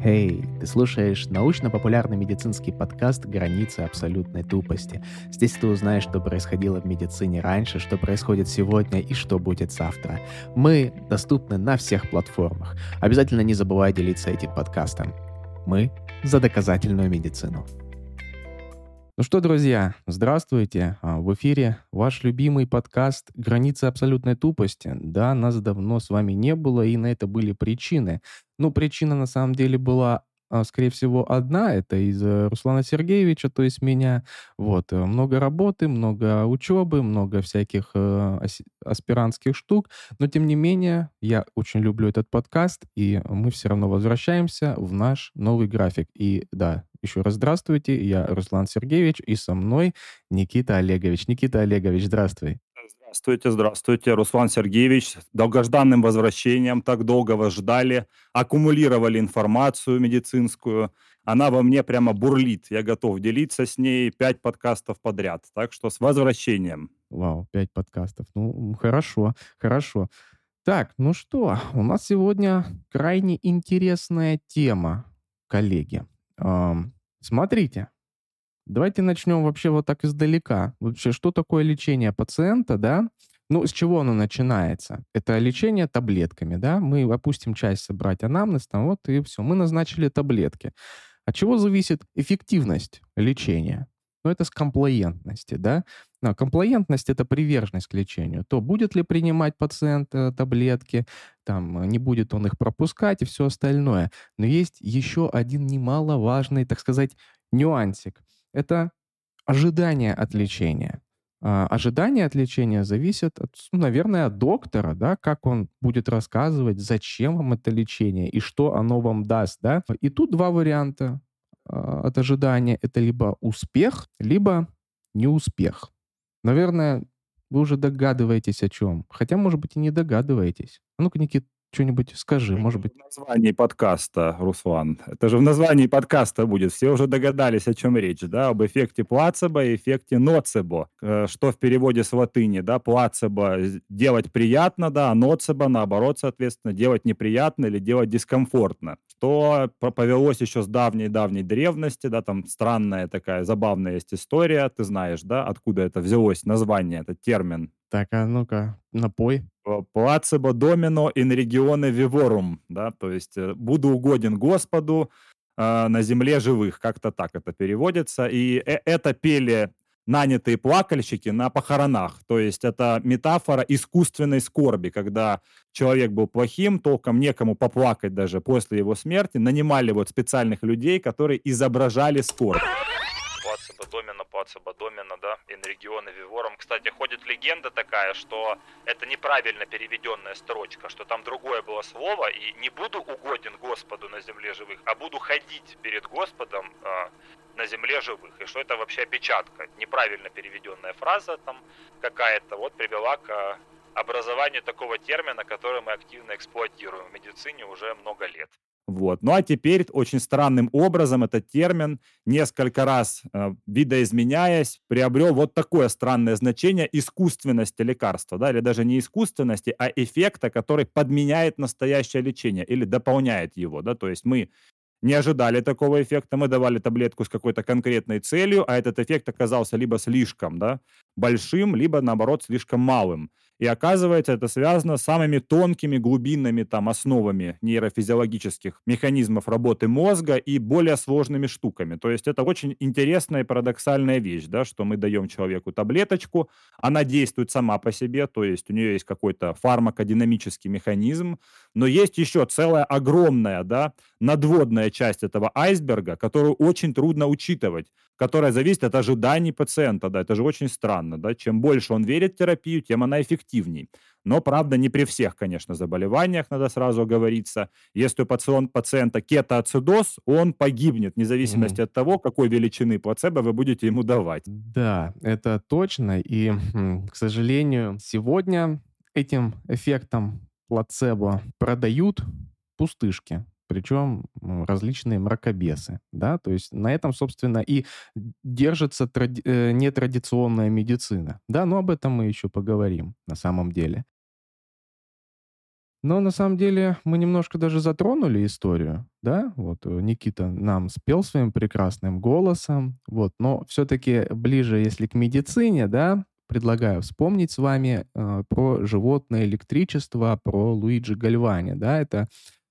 Эй, ты слушаешь научно-популярный медицинский подкаст «Границы абсолютной тупости». Здесь ты узнаешь, что происходило в медицине раньше, что происходит сегодня и что будет завтра. Мы доступны на всех платформах. Обязательно не забывай делиться этим подкастом. Мы за доказательную медицину. Ну что, друзья, здравствуйте. В эфире ваш любимый подкаст «Границы абсолютной тупости». Да, нас давно с вами не было, и на это были причины. Ну, причина на самом деле была, скорее всего, одна. Это из-за Руслана Сергеевича, то есть меня. Вот, много работы, много учебы, много всяких аспирантских штук. Но, тем не менее, я очень люблю этот подкаст, и мы все равно возвращаемся в наш новый график. И да, еще раз здравствуйте, я Руслан Сергеевич, и со мной Никита Олегович. Никита Олегович, здравствуй. Здравствуйте, Руслан Сергеевич. С долгожданным возвращением. Так долго вас ждали, аккумулировали информацию медицинскую. Она во мне прямо бурлит. Я готов делиться с ней 5 подкастов подряд. Так что с возвращением. Вау, 5 подкастов. Ну, хорошо, хорошо. Так, ну что, у нас сегодня крайне интересная тема, коллеги. Смотрите, давайте начнем вообще вот так издалека. Вообще, что такое лечение пациента, да? Ну, с чего оно начинается? Это лечение таблетками, да? Мы опустим часть собрать анамнез, там вот и все. Мы назначили таблетки. От чего зависит эффективность лечения? Ну, это с комплаентности, да? Комплаентность — это приверженность к лечению. То будет ли принимать пациент таблетки, там, не будет он их пропускать и все остальное. Но есть еще один немаловажный, так сказать, нюансик. Это ожидание от лечения. Ожидание от лечения зависит, наверное, от доктора, да, как он будет рассказывать, зачем вам это лечение и что оно вам даст. Да? И тут два варианта от ожидания. Это либо успех, либо неуспех. Наверное, вы уже догадываетесь о чем. Хотя, может быть, и не догадываетесь. А ну-ка, Никит, что-нибудь скажи, может быть. В названии подкаста, Руслан. Это же в названии подкаста будет. Все уже догадались, о чем речь, да? Об эффекте плацебо и эффекте ноцебо. Что в переводе с латыни, да? Плацебо — делать приятно, да, а ноцебо, наоборот, соответственно, делать неприятно или делать дискомфортно. Что повелось еще с давней-давней древности, да, там странная такая забавная есть история, ты знаешь, да, откуда это взялось название, этот термин. Так, а ну-ка, напой. Placebo domino in regione vivorum, да, то есть буду угоден Господу на земле живых, как-то так это переводится. И это пели нанятые плакальщики на похоронах, то есть это метафора искусственной скорби, когда человек был плохим, толком некому поплакать даже после его смерти, нанимали вот специальных людей, которые изображали скорбь. Плацебо домино, да, in regione vivorum. Кстати, ходит легенда такая, что это неправильно переведенная строчка, что там другое было слово, и не буду угоден Господу на земле живых, а буду ходить перед Господом на земле живых. И что это вообще опечатка, неправильно переведенная фраза там какая-то, вот привела к образованию такого термина, который мы активно эксплуатируем в медицине уже много лет. Вот. Ну а теперь очень странным образом этот термин, несколько раз видоизменяясь, приобрел вот такое странное значение искусственности лекарства, да, или даже не искусственности, а эффекта, который подменяет настоящее лечение или дополняет его, да, то есть мы не ожидали такого эффекта, мы давали таблетку с какой-то конкретной целью, а этот эффект оказался либо слишком, да, большим, либо, наоборот, слишком малым. И оказывается, это связано с самыми тонкими, глубинными там основами нейрофизиологических механизмов работы мозга и более сложными штуками. То есть это очень интересная и парадоксальная вещь, да, что мы даем человеку таблеточку, она действует сама по себе, то есть у нее есть какой-то фармакодинамический механизм, но есть еще целая огромная, да, надводная часть этого айсберга, которую очень трудно учитывать, которая зависит от ожиданий пациента, да, это же очень странно, да, чем больше он верит в терапию, тем она эффективней. Но, правда, не при всех, конечно, заболеваниях, надо сразу оговориться. Если у пациента кетоацидоз, он погибнет, вне зависимости от того, какой величины плацебо вы будете ему давать. Да, это точно. И, к сожалению, сегодня этим эффектом плацебо продают пустышки, причем различные мракобесы, да, то есть на этом, собственно, и держится нетрадиционная медицина, да, но об этом мы еще поговорим на самом деле. Но на самом деле мы немножко даже затронули историю, да? Вот Никита нам спел своим прекрасным голосом, вот, но все-таки ближе, если к медицине, да, предлагаю вспомнить с вами про животное электричество, про Луиджи Гальвани, да, это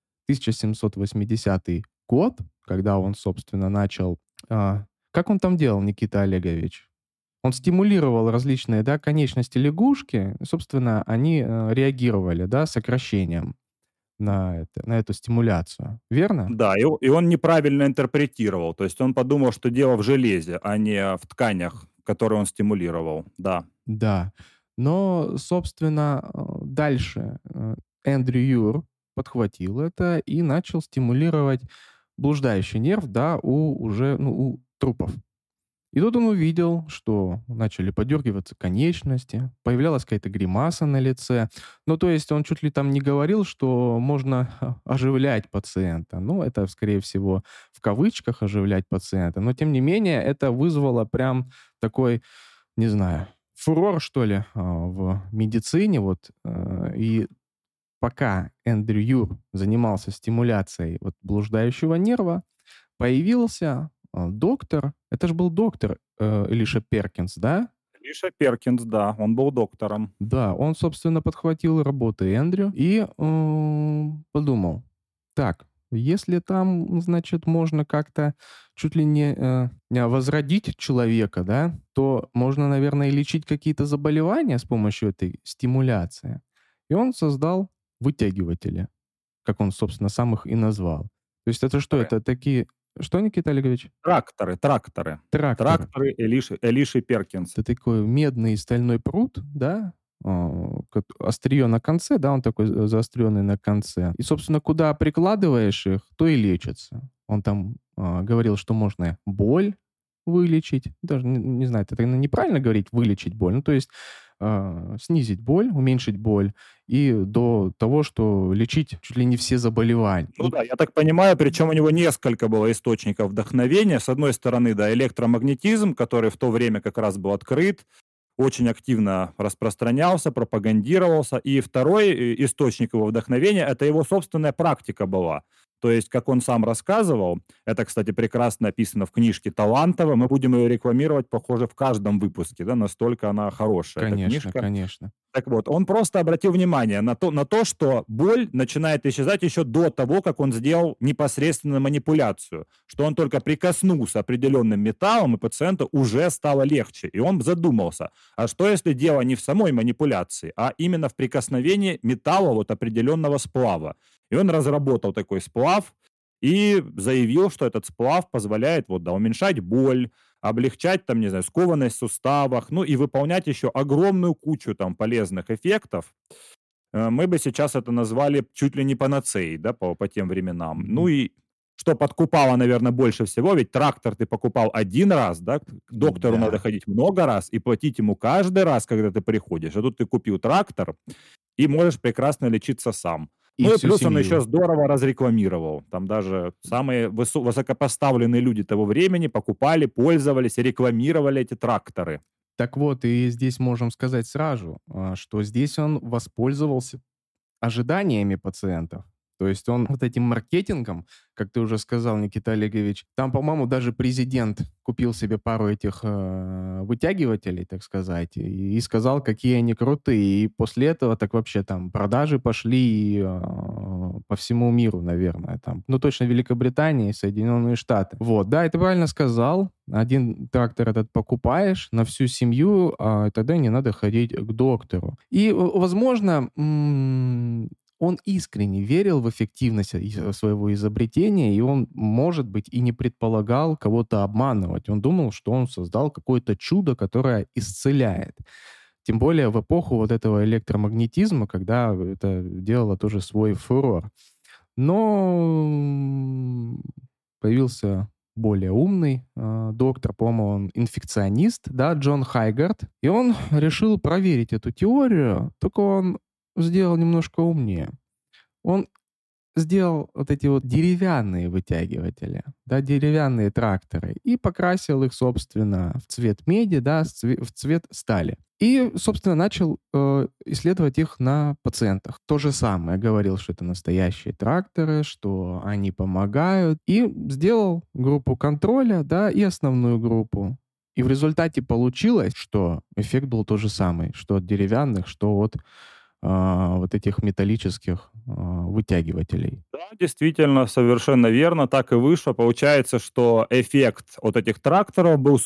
1780 год, когда он, собственно, начал... как он там делал, Никита Олегович? Он стимулировал различные, да, конечности лягушки. Собственно, они реагировали, да, сокращением на эту стимуляцию. Верно? Да, и он неправильно интерпретировал. То есть он подумал, что дело в железе, а не в тканях, которые он стимулировал. Да. Да. Но, собственно, дальше Эндрю Юр подхватил это и начал стимулировать блуждающий нерв, да, у трупов. И тут он увидел, что начали подергиваться конечности, появлялась какая-то гримаса на лице. Ну, то есть он чуть ли там не говорил, что можно оживлять пациента. Ну, это, скорее всего, в кавычках оживлять пациента. Но, тем не менее, это вызвало прям такой, не знаю, фурор, что ли, в медицине. Вот. И пока Эндрю Юр занимался стимуляцией вот блуждающего нерва, появился доктор. Это же был доктор Элиша Перкинс, да? Лиша Перкинс, да, он был доктором. Да, он, собственно, подхватил работы Эндрю и подумал, так, если там, значит, можно как-то чуть ли не возродить человека, да, то можно, наверное, и лечить какие-то заболевания с помощью этой стимуляции. И он создал вытягиватели, как он, собственно, сам их и назвал. То есть это что? Это такие... Что, Никита Олегович? Тракторы. Тракторы. Тракторы Элиши Перкинс. Это такой медный стальной прут, да, острие на конце, да, он такой заостренный на конце. И, собственно, куда прикладываешь их, то и лечится. Он там говорил, что можно боль вылечить. Даже не знаю, это неправильно говорить вылечить боль. Ну, то есть снизить боль, уменьшить боль и до того, что лечить чуть ли не все заболевания. Ну да, я так понимаю, причем у него несколько было источников вдохновения. С одной стороны, да, электромагнетизм, который в то время как раз был открыт, очень активно распространялся, пропагандировался. И второй источник его вдохновения– это его собственная практика была. То есть, как он сам рассказывал, это, кстати, прекрасно описано в книжке «Талантово». Мы будем ее рекламировать, похоже, в каждом выпуске, да, настолько она хорошая, эта Конечно, книжка. конечно. Так вот, он просто обратил внимание на то, что боль начинает исчезать еще до того, как он сделал непосредственно манипуляцию, что он только прикоснулся определенным металлом, и пациенту уже стало легче. И он задумался, а что если дело не в самой манипуляции, а именно в прикосновении металла вот определенного сплава. И он разработал такой сплав и заявил, что этот сплав позволяет вот, да, уменьшать боль, облегчать, там, не знаю, скованность в суставах, ну и выполнять еще огромную кучу там полезных эффектов. Мы бы сейчас это назвали чуть ли не панацеей, да, по тем временам. Ну и что подкупало, наверное, больше всего, ведь трактор ты покупал один раз, да, к доктору Да. надо ходить много раз и платить ему каждый раз, когда ты приходишь. А тут ты купил трактор и можешь прекрасно лечиться сам. И Ну и всю плюс он семью. еще здорово разрекламировал. Там даже самые высокопоставленные люди того времени покупали, пользовались, рекламировали эти тракторы. Так вот, и здесь можем сказать сразу, что здесь он воспользовался ожиданиями пациентов. То есть он вот этим маркетингом, как ты уже сказал, Никита Олегович, там, по-моему, даже президент купил себе пару этих вытягивателей, так сказать, и сказал, какие они крутые. И после этого так вообще там продажи пошли по всему миру, наверное. Там, ну, точно Великобритания и Соединенные Штаты. Вот, да, и ты правильно сказал. Один трактор этот покупаешь на всю семью, а тогда не надо ходить к доктору. И, возможно, он искренне верил в эффективность своего изобретения, и он, может быть, и не предполагал кого-то обманывать. Он думал, что он создал какое-то чудо, которое исцеляет. Тем более в эпоху вот этого электромагнетизма, когда это делало тоже свой фурор. Но появился более умный доктор, по-моему, он инфекционист, да, Джон Хайгард, и он решил проверить эту теорию, только он сделал немножко умнее. Он сделал вот эти вот деревянные вытягиватели, да, деревянные тракторы, и покрасил их, собственно, в цвет меди, да, в цвет стали. И, собственно, начал исследовать их на пациентах. То же самое. Говорил, что это настоящие тракторы, что они помогают. И сделал группу контроля, да, и основную группу. И в результате получилось, что эффект был тот же самый, что от деревянных, что от вот этих металлических вытягивателей. Да, действительно, совершенно верно, так и вышло. Получается, что эффект от этих тракторов был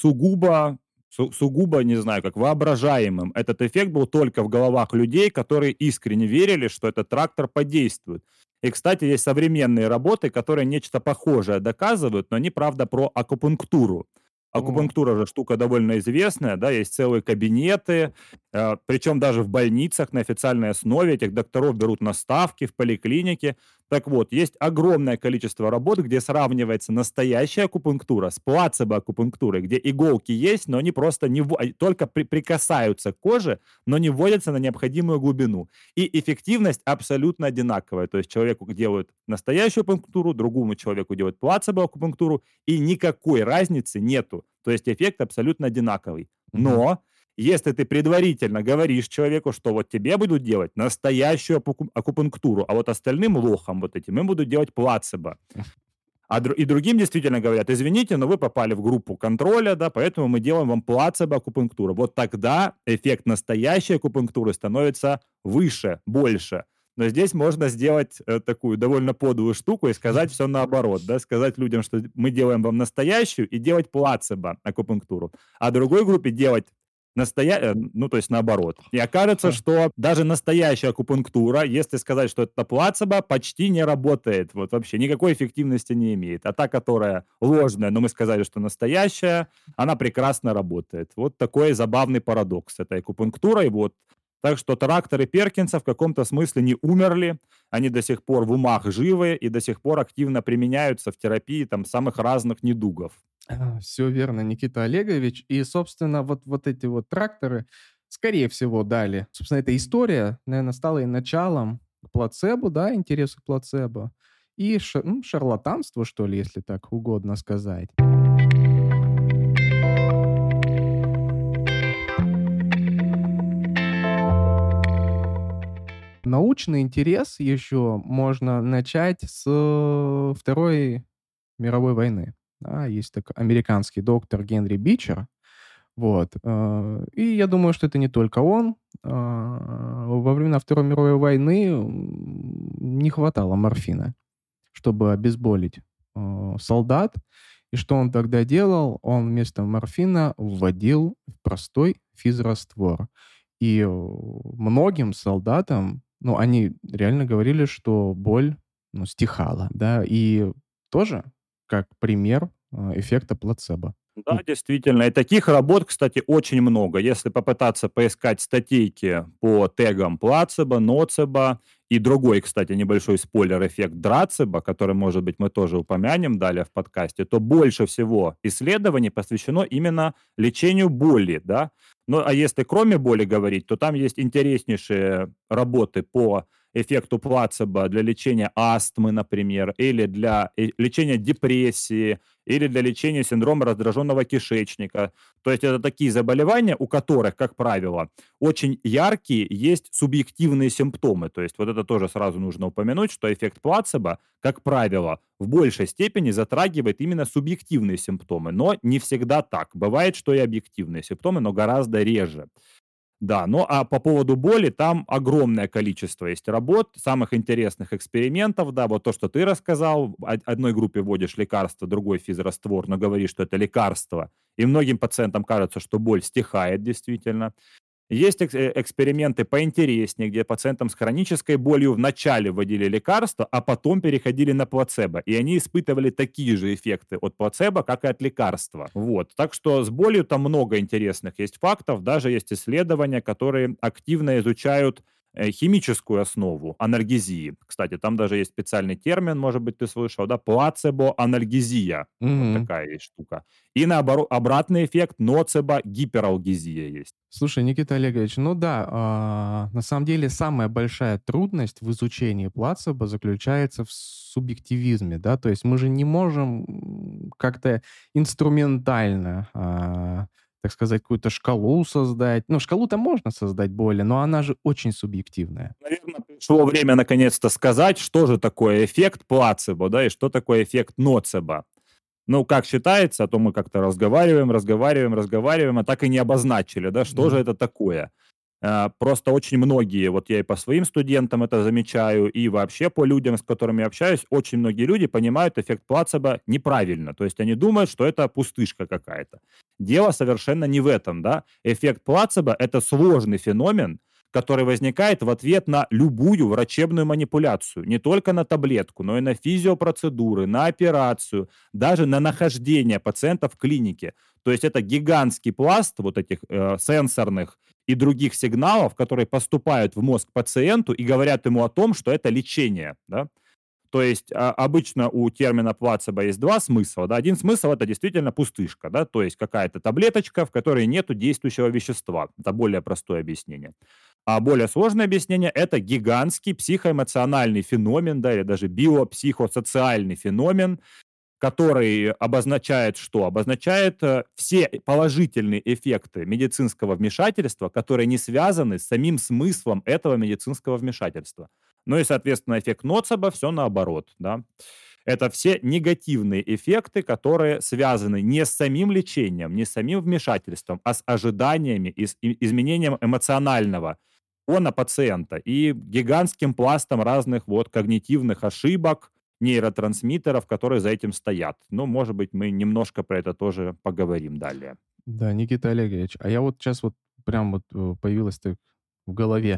сугубо, не знаю, как воображаемым. Этот эффект был только в головах людей, которые искренне верили, что этот трактор подействует. И, кстати, есть современные работы, которые нечто похожее доказывают, но они, правда, про акупунктуру. О, Акупунктура же штука довольно известная, да, есть целые кабинеты, причем даже в больницах на официальной основе этих докторов берут на ставки в поликлинике. Так вот, есть огромное количество работ, где сравнивается настоящая акупунктура с плацебо-акупунктурой, где иголки есть, но они просто только прикасаются к коже, но не вводятся на необходимую глубину. И эффективность абсолютно одинаковая. То есть человеку делают настоящую акупунктуру, другому человеку делают плацебо-акупунктуру, и никакой разницы нету. То есть эффект абсолютно одинаковый. мгм. Но если ты предварительно говоришь человеку, что вот тебе будут делать настоящую акупунктуру, а вот остальным лохам вот этим им будут делать плацебо. И другим действительно говорят, извините, но вы попали в группу контроля, да, поэтому мы делаем вам плацебо-акупунктуру. Вот тогда эффект настоящей акупунктуры становится выше, больше. Но здесь можно сделать такую довольно подлую штуку и сказать все наоборот, да, сказать людям, что мы делаем вам настоящую и делать плацебо-акупунктуру, а другой группе делать ну, то есть наоборот. И окажется, что даже настоящая акупунктура, если сказать, что это плацебо, почти не работает. Вот вообще никакой эффективности не имеет. А та, которая ложная, но мы сказали, что настоящая, она прекрасно работает. Вот такой забавный парадокс с этой акупунктурой. Вот. Так что тракторы Перкинса в каком-то смысле не умерли, они до сих пор в умах живы и до сих пор активно применяются в терапии там самых разных недугов. Все верно, Никита Олегович. И, собственно, вот эти вот тракторы, скорее всего, дали. Собственно, эта история, наверное, стала и началом к плацебо, да, интересу к плацебо, и шарлатанству, что ли, если так угодно сказать. Научный интерес еще можно начать с Второй мировой войны. Да, есть такой американский доктор Генри Бичер. Вот. И я думаю, что это не только он. Во времена Второй мировой войны не хватало морфина, чтобы обезболить солдат. И что он тогда делал? Он вместо морфина вводил простой физраствор. И многим солдатам, ну, они реально говорили, что боль, ну, стихала, да, и тоже как пример эффекта плацебо. Да, действительно. И таких работ, кстати, очень много. Если попытаться поискать статейки по тегам плацебо, ноцебо и другой, кстати, небольшой спойлер, эффект драцебо, который, может быть, мы тоже упомянем далее в подкасте, то больше всего исследований посвящено именно лечению боли, да. Ну, а если кроме боли говорить, то там есть интереснейшие работы по эффекту плацебо для лечения астмы, например, или для лечения депрессии, или для лечения синдрома раздраженного кишечника. То есть это такие заболевания, у которых, как правило, очень яркие есть субъективные симптомы. То есть вот это тоже сразу нужно упомянуть, что эффект плацебо, как правило, в большей степени затрагивает именно субъективные симптомы. Но не всегда так. Бывает, что и объективные симптомы, но гораздо реже. Да, ну а по поводу боли там огромное количество есть работ, самых интересных экспериментов, да, вот то, что ты рассказал, одной группе вводишь лекарство, другой физраствор, но говоришь, что это лекарство, и многим пациентам кажется, что боль стихает действительно. Есть эксперименты поинтереснее, где пациентам с хронической болью вначале вводили лекарства, а потом переходили на плацебо. И они испытывали такие же эффекты от плацебо, как и от лекарства. Вот. Так что с болью там много интересных есть фактов. Даже есть исследования, которые активно изучают химическую основу анальгезии. Кстати, там даже есть специальный термин, может быть, ты слышал, да, плацебо-анальгезия. Вот Мгм. такая есть штука. И наоборот, обратный эффект ноцебо-гипералгезия есть. Слушай, Никита Олегович, ну да, на самом деле самая большая трудность в изучении плацебо заключается в субъективизме, да, то есть мы же не можем как-то инструментально, так сказать, какую-то шкалу создать. Ну, шкалу-то можно создать более, но она же очень субъективная. Наверное, пришло время наконец-то сказать, что же такое эффект плацебо, да, и что такое эффект ноцебо. Ну, как считается, а то мы как-то разговариваем, а так и не обозначили, да, что же Мгм. это такое. Просто очень многие, вот я и по своим студентам это замечаю, и вообще по людям, с которыми я общаюсь, очень многие люди понимают эффект плацебо неправильно. То есть они думают, что это пустышка какая-то. Дело совершенно не в этом, да. Эффект плацебо– это сложный феномен, который возникает в ответ на любую врачебную манипуляцию. Не только на таблетку, но и на физиопроцедуры, на операцию, даже на нахождение пациента в клинике. То есть это гигантский пласт вот этих сенсорных и других сигналов, которые поступают в мозг пациенту и говорят ему о том, что это лечение. Да? То есть обычно у термина плацебо есть два смысла. Да? Один смысл– это действительно пустышка, да? То есть какая-то таблеточка, в которой нет действующего вещества. Это более простое объяснение. А более сложное объяснение– это гигантский психоэмоциональный феномен, да, или даже биопсихосоциальный феномен, который обозначает что? Обозначает все положительные эффекты медицинского вмешательства, которые не связаны с самим смыслом этого медицинского вмешательства. Ну и, соответственно, эффект ноцебо все наоборот. Да? Это все негативные эффекты, которые связаны не с самим лечением, не с самим вмешательством, а с ожиданиями и с изменением эмоционального фона пациента и гигантским пластом разных вот когнитивных ошибок, нейротрансмиттеров, которые за этим стоят. Ну, может быть, мы немножко про это тоже поговорим далее. Да, Никита Олегович, а я вот сейчас вот прям вот появилась так в голове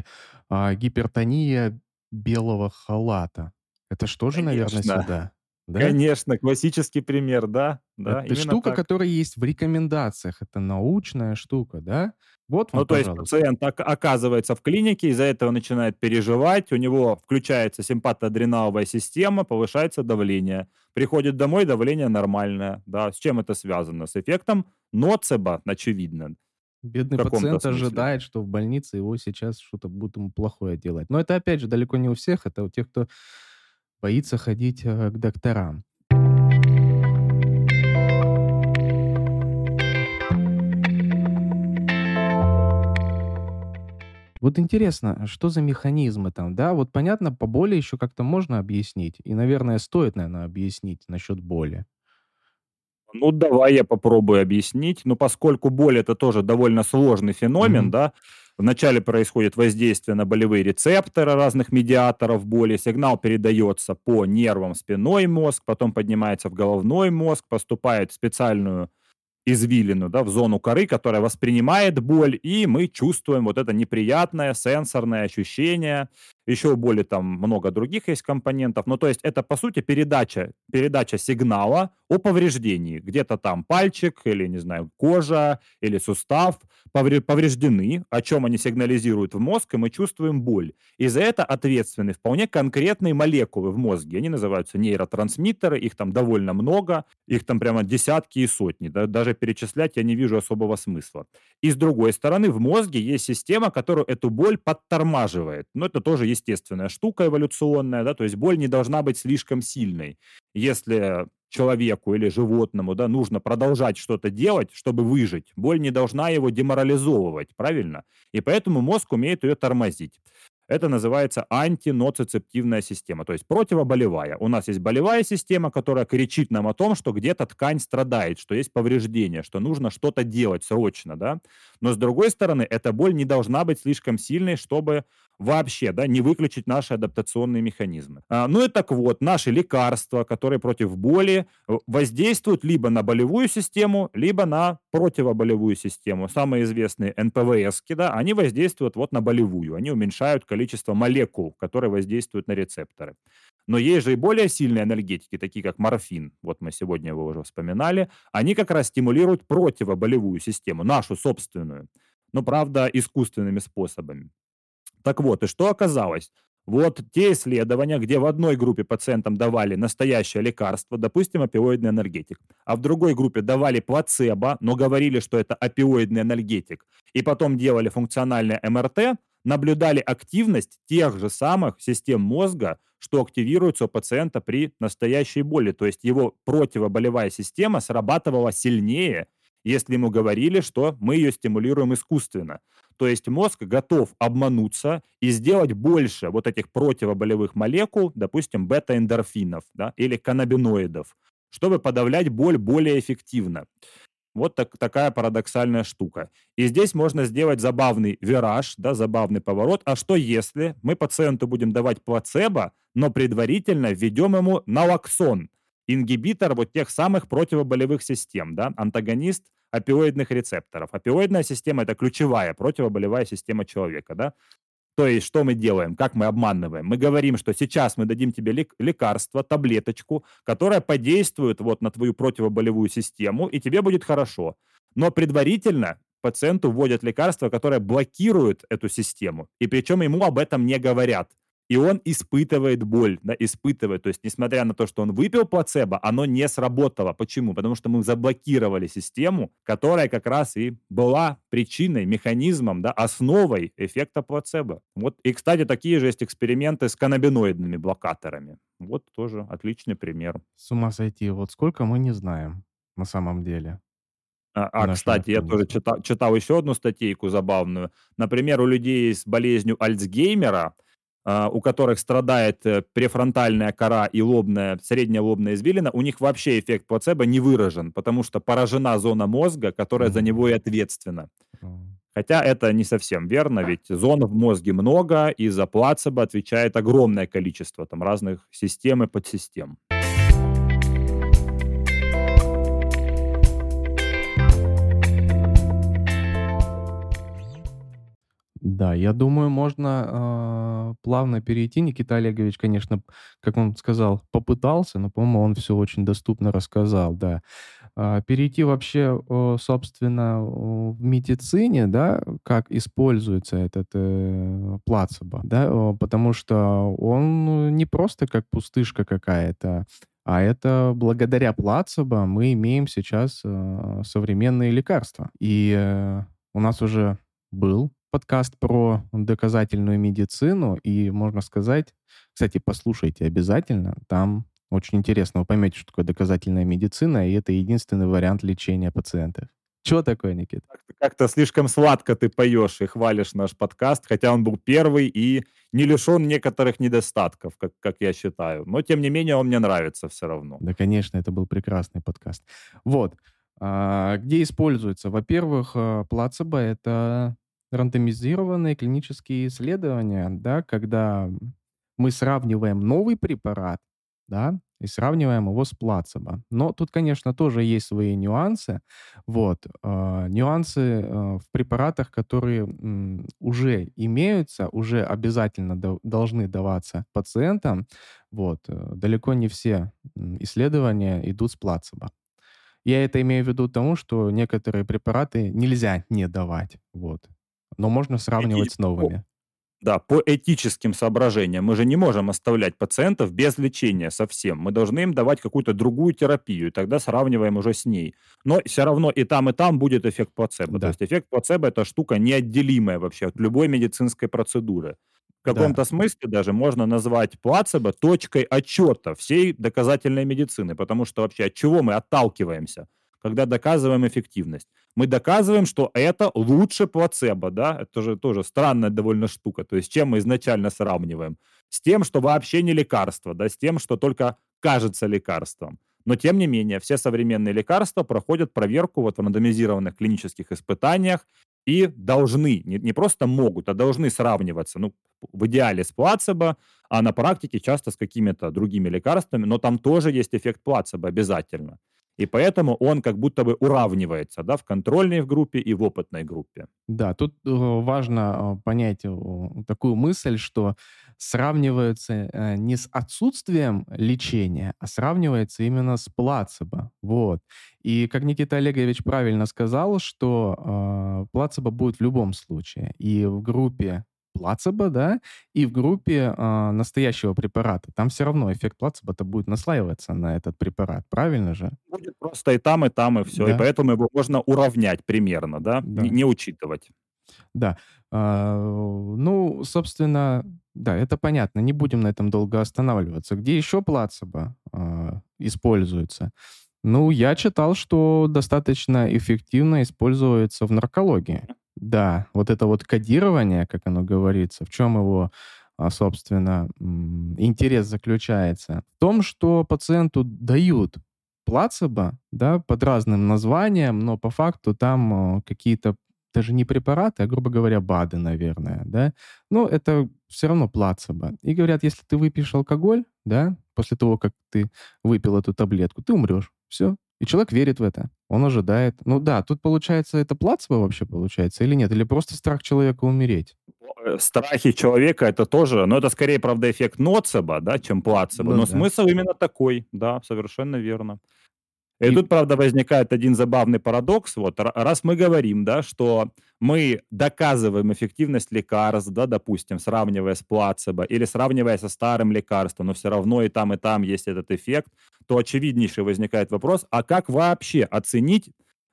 гипертония белого халата. Это что же, наверное, Конечно, сюда? Да? конечно, классический пример, да, да, Это именно штука, так. которая есть в рекомендациях. Это научная штука, да? Вот Ну, вам, то есть пожалуйста. пациент оказывается в клинике, из-за этого начинает переживать, у него включается симпатоадреналовая система, повышается давление. Приходит домой, давление нормальное. Да, с чем это связано? С эффектом ноцебо, очевидно, в Бедный каком-то пациент смысле. ожидает, что в больнице его сейчас что-то будут ему плохое делать. Но это, опять же, далеко не у всех. Это у тех, кто боится ходить к докторам. Вот интересно, что за механизмы там, да? Вот понятно, по боли еще как-то можно объяснить. И, наверное, стоит, наверное, объяснить насчет боли. Ну, давай я попробую объяснить. Но поскольку боль это тоже довольно сложный феномен, Мгм. да, вначале происходит воздействие на болевые рецепторы разных медиаторов боли, сигнал передается по нервам в спинной мозг, потом поднимается в головной мозг, поступает в специальную извилину, да, в зону коры, которая воспринимает боль, и мы чувствуем вот это неприятное сенсорное ощущение. Еще у боли там много других есть компонентов. Ну, то есть это, по сути, передача сигнала о повреждении. Где-то там пальчик или, не знаю, кожа или сустав повреждены, о чем они сигнализируют в мозг, и мы чувствуем боль. И за это ответственны вполне конкретные молекулы в мозге. Они называются нейротрансмиттеры, их там довольно много, их там прямо десятки и сотни. Даже перечислять я не вижу особого смысла. И с другой стороны, в мозге есть система, которая эту боль подтормаживает. Но это тоже естественная штука эволюционная, да, то есть боль не должна быть слишком сильной. Если человеку или животному, да, нужно продолжать что-то делать, чтобы выжить, боль не должна его деморализовывать, правильно? И поэтому мозг умеет ее тормозить. Это называется антиноцицептивная система, то есть противоболевая. У нас есть болевая система, которая кричит нам о том, что где-то ткань страдает, что есть повреждение, что нужно что-то делать срочно, да. Но с другой стороны, эта боль не должна быть слишком сильной, чтобы вообще, да, не выключить наши адаптационные механизмы. Ну и так вот, наши лекарства, которые против боли, воздействуют либо на болевую систему, либо на противоболевую систему. Самые известные НПВС, да, они воздействуют вот на болевую. Они уменьшают количество молекул, которые воздействуют на рецепторы. Но есть же и более сильные анальгетики, такие как морфин, вот мы сегодня его уже вспоминали, они как раз стимулируют противоболевую систему, нашу собственную, но, правда, искусственными способами. Так вот, и что оказалось? Вот те исследования, где в одной группе пациентам давали настоящее лекарство, допустим, опиоидный анальгетик, а в другой группе давали плацебо, но говорили, что это опиоидный анальгетик, и потом делали функциональное МРТ, наблюдали активность тех же самых систем мозга, что активируются у пациента при настоящей боли. То есть его противоболевая система срабатывала сильнее, если ему говорили, что мы ее стимулируем искусственно. То есть мозг готов обмануться и сделать больше вот этих противоболевых молекул, допустим, бета-эндорфинов, да, или каннабиноидов, чтобы подавлять боль более эффективно. Вот такая парадоксальная штука. И здесь можно сделать забавный вираж, да, забавный поворот. А что если мы пациенту будем давать плацебо, но предварительно введем ему налоксон, ингибитор вот тех самых противоболевых систем, да, антагонист опиоидных рецепторов. Опиоидная система – это ключевая противоболевая система человека, да. То есть что мы делаем, как мы обманываем? Мы говорим, что сейчас мы дадим тебе лекарство, таблеточку, которая подействует вот на твою противоболевую систему, и тебе будет хорошо. Но предварительно пациенту вводят лекарство, которое блокирует эту систему, и причем ему об этом не говорят. И он испытывает боль, да, испытывает. То есть, несмотря на то, что он выпил плацебо, оно не сработало. Почему? Потому что мы заблокировали систему, которая как раз и была причиной, механизмом, да, основой эффекта плацебо. Вот. И, кстати, такие же есть эксперименты с каннабиноидными блокаторами. Вот тоже отличный пример. С ума сойти. Вот сколько мы не знаем на самом деле в нашем Кстати, я тоже организме. читал еще одну статейку забавную. Например, у людей с болезнью Альцгеймера, у которых страдает префронтальная кора и средняя лобная извилина, у них вообще эффект плацебо не выражен, потому что поражена зона мозга, которая за него и ответственна. М. Хотя это не совсем верно, ведь зон в мозге много, и за плацебо отвечает огромное количество там разных систем и подсистем. Да, я думаю, можно плавно перейти. Никита Олегович, конечно, как он сказал, попытался, но, по-моему, он все очень доступно рассказал, да. Перейти вообще, собственно, в медицине, да, как используется этот плацебо, да, потому что он не просто как пустышка какая-то, а это благодаря плацебо мы имеем сейчас современные лекарства. И у нас уже был подкаст про доказательную медицину, и можно сказать, кстати, послушайте обязательно, там очень интересно, вы поймете, что такое доказательная медицина, и это единственный вариант лечения пациентов. Чего такое, Никит? Как-то слишком сладко ты поешь и хвалишь наш подкаст, хотя он был первый и не лишен некоторых недостатков, как я считаю. Но, тем не менее, он мне нравится все равно. Да, конечно, это был прекрасный подкаст. Вот. Где используется? Во-первых, плацебо — это рандомизированные клинические исследования, да, когда мы сравниваем новый препарат, да, и сравниваем его с плацебо. Но тут, конечно, тоже есть свои нюансы. Вот. Нюансы в препаратах, которые уже имеются, уже обязательно должны даваться пациентам. Вот. Далеко не все исследования идут с плацебо. Я это имею в виду тому, что некоторые препараты нельзя не давать. Вот. Но можно сравнивать с новыми. Да, по этическим соображениям. Мы же не можем оставлять пациентов без лечения совсем. Мы должны им давать какую-то другую терапию, и тогда сравниваем уже с ней. Но все равно и там будет эффект плацебо. Да. То есть эффект плацебо – это штука неотделимая вообще от любой медицинской процедуры. В каком-то смысле даже можно назвать плацебо точкой отчета всей доказательной медицины, потому что вообще от чего мы отталкиваемся, когда доказываем эффективность? Мы доказываем, что это лучше плацебо, да? Это же тоже странная довольно штука. То есть с чем мы изначально сравниваем? С тем, что вообще не лекарство, да? С тем, что только кажется лекарством. Но тем не менее, все современные лекарства проходят проверку вот в рандомизированных клинических испытаниях и должны, не просто могут, а должны сравниваться, ну, в идеале с плацебо, а на практике часто с какими-то другими лекарствами, но там тоже есть эффект плацебо обязательно. И поэтому он как будто бы уравнивается, да, в контрольной группе и в опытной группе. Да, тут важно понять такую мысль, что сравниваются не с отсутствием лечения, а сравнивается именно с плацебо. Вот. И как Никита Олегович правильно сказал, что плацебо будет в любом случае. И в группе плацебо, да, и в группе настоящего препарата. Там все равно эффект плацебо-то будет наслаиваться на этот препарат, правильно же? Будет просто и там, и все. И Да, поэтому его можно уравнять примерно, да, не, да. не учитывать. Да. Ну, собственно, да, это понятно. Не будем на этом долго останавливаться. Где еще плацебо используется? Ну, я читал, что достаточно эффективно используется в наркологии. Да, вот это вот кодирование, как оно говорится, в чем его, собственно, интерес заключается? В том, что пациенту дают плацебо, да, под разным названием, но по факту там какие-то даже не препараты, а, грубо говоря, БАДы, наверное, да. Но это все равно плацебо. И говорят, если ты выпьешь алкоголь, да, после того, как ты выпил эту таблетку, ты умрешь. Все. И человек верит в это. Он ожидает. Ну да, тут получается, это плацебо вообще получается или нет? Или просто страх человека умереть? Страхи человека это тоже, но это скорее, правда, эффект ноцебо, да, чем плацебо. Ну Но да. смысл именно такой, да, совершенно верно. И И тут, правда, возникает один забавный парадокс. Вот, раз мы говорим, да, что мы доказываем эффективность лекарств, да, допустим, сравнивая с плацебо или сравнивая со старым лекарством, но все равно и там есть этот эффект, то очевиднейший возникает вопрос, а как вообще оценить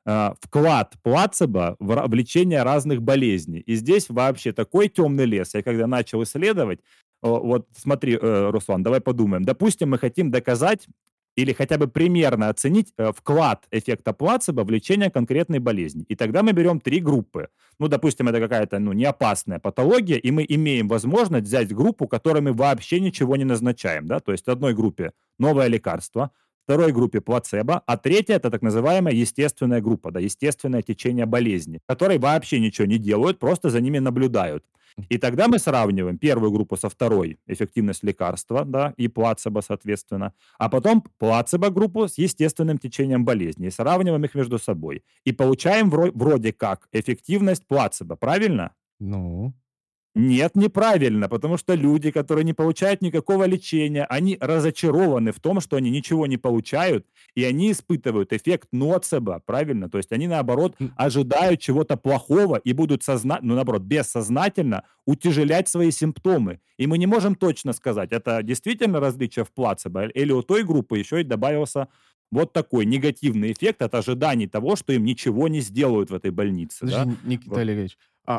вклад плацебо в лечение разных болезней? И здесь вообще такой темный лес. Я когда начал исследовать, вот смотри, Руслан, давай подумаем. Допустим, мы хотим доказать или хотя бы примерно оценить вклад эффекта плацебо в лечение конкретной болезни. И тогда мы берем 3 группы. Ну, допустим, это какая-то не опасная патология, и мы имеем возможность взять группу, которой мы вообще ничего не назначаем. Да? То есть одной группе новое лекарство, второй группе плацебо, а третья это так называемая естественная группа, да, естественное течение болезни, которые вообще ничего не делают, просто за ними наблюдают. И тогда мы сравниваем первую группу со второй, эффективность лекарства, да, и плацебо, соответственно, а потом плацебо-группу с естественным течением болезни, и сравниваем их между собой. И получаем вроде как эффективность плацебо, правильно? ну, Нет, неправильно, потому что люди, которые не получают никакого лечения, они разочарованы в том, что они ничего не получают, и они испытывают эффект ноцебо, правильно? То есть они, наоборот, м, ожидают чего-то плохого и будут, наоборот, бессознательно утяжелять свои симптомы. И мы не можем точно сказать, это действительно различие в плацебо, или у той группы еще и добавился вот такой негативный эффект от ожиданий того, что им ничего не сделают в этой больнице, подожди, да? Никита Вот. Олегович,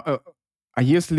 а если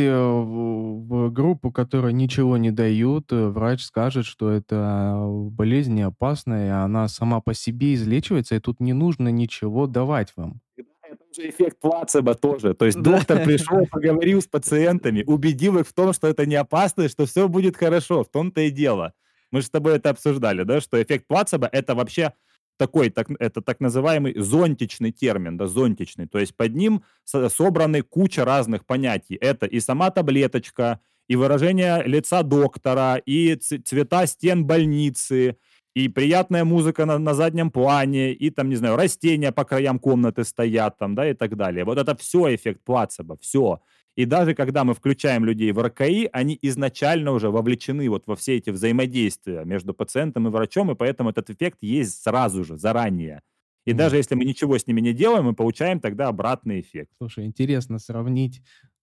в группу, которой ничего не дают, врач скажет, что это болезнь не опасная, и она сама по себе излечивается, и тут не нужно ничего давать вам? Это уже эффект плацебо тоже. То есть Да. доктор пришел, поговорил с пациентами, убедил их в том, что это не опасно, и что все будет хорошо. В том-то и дело. Мы же с тобой это обсуждали, да, что эффект плацебо это вообще такой, это так называемый зонтичный термин, да, зонтичный. То есть под ним собраны куча разных понятий. Это и сама таблеточка, и выражение лица доктора, и цвета стен больницы, и приятная музыка на заднем плане, и там, не знаю, растения по краям комнаты стоят там, да, и так далее. Вот это все эффект плацебо, все. И даже когда мы включаем людей в РКИ, они изначально уже вовлечены вот во все эти взаимодействия между пациентом и врачом, и поэтому этот эффект есть сразу же, заранее. И даже если мы ничего с ними не делаем, мы получаем тогда обратный эффект. Слушай, интересно сравнить,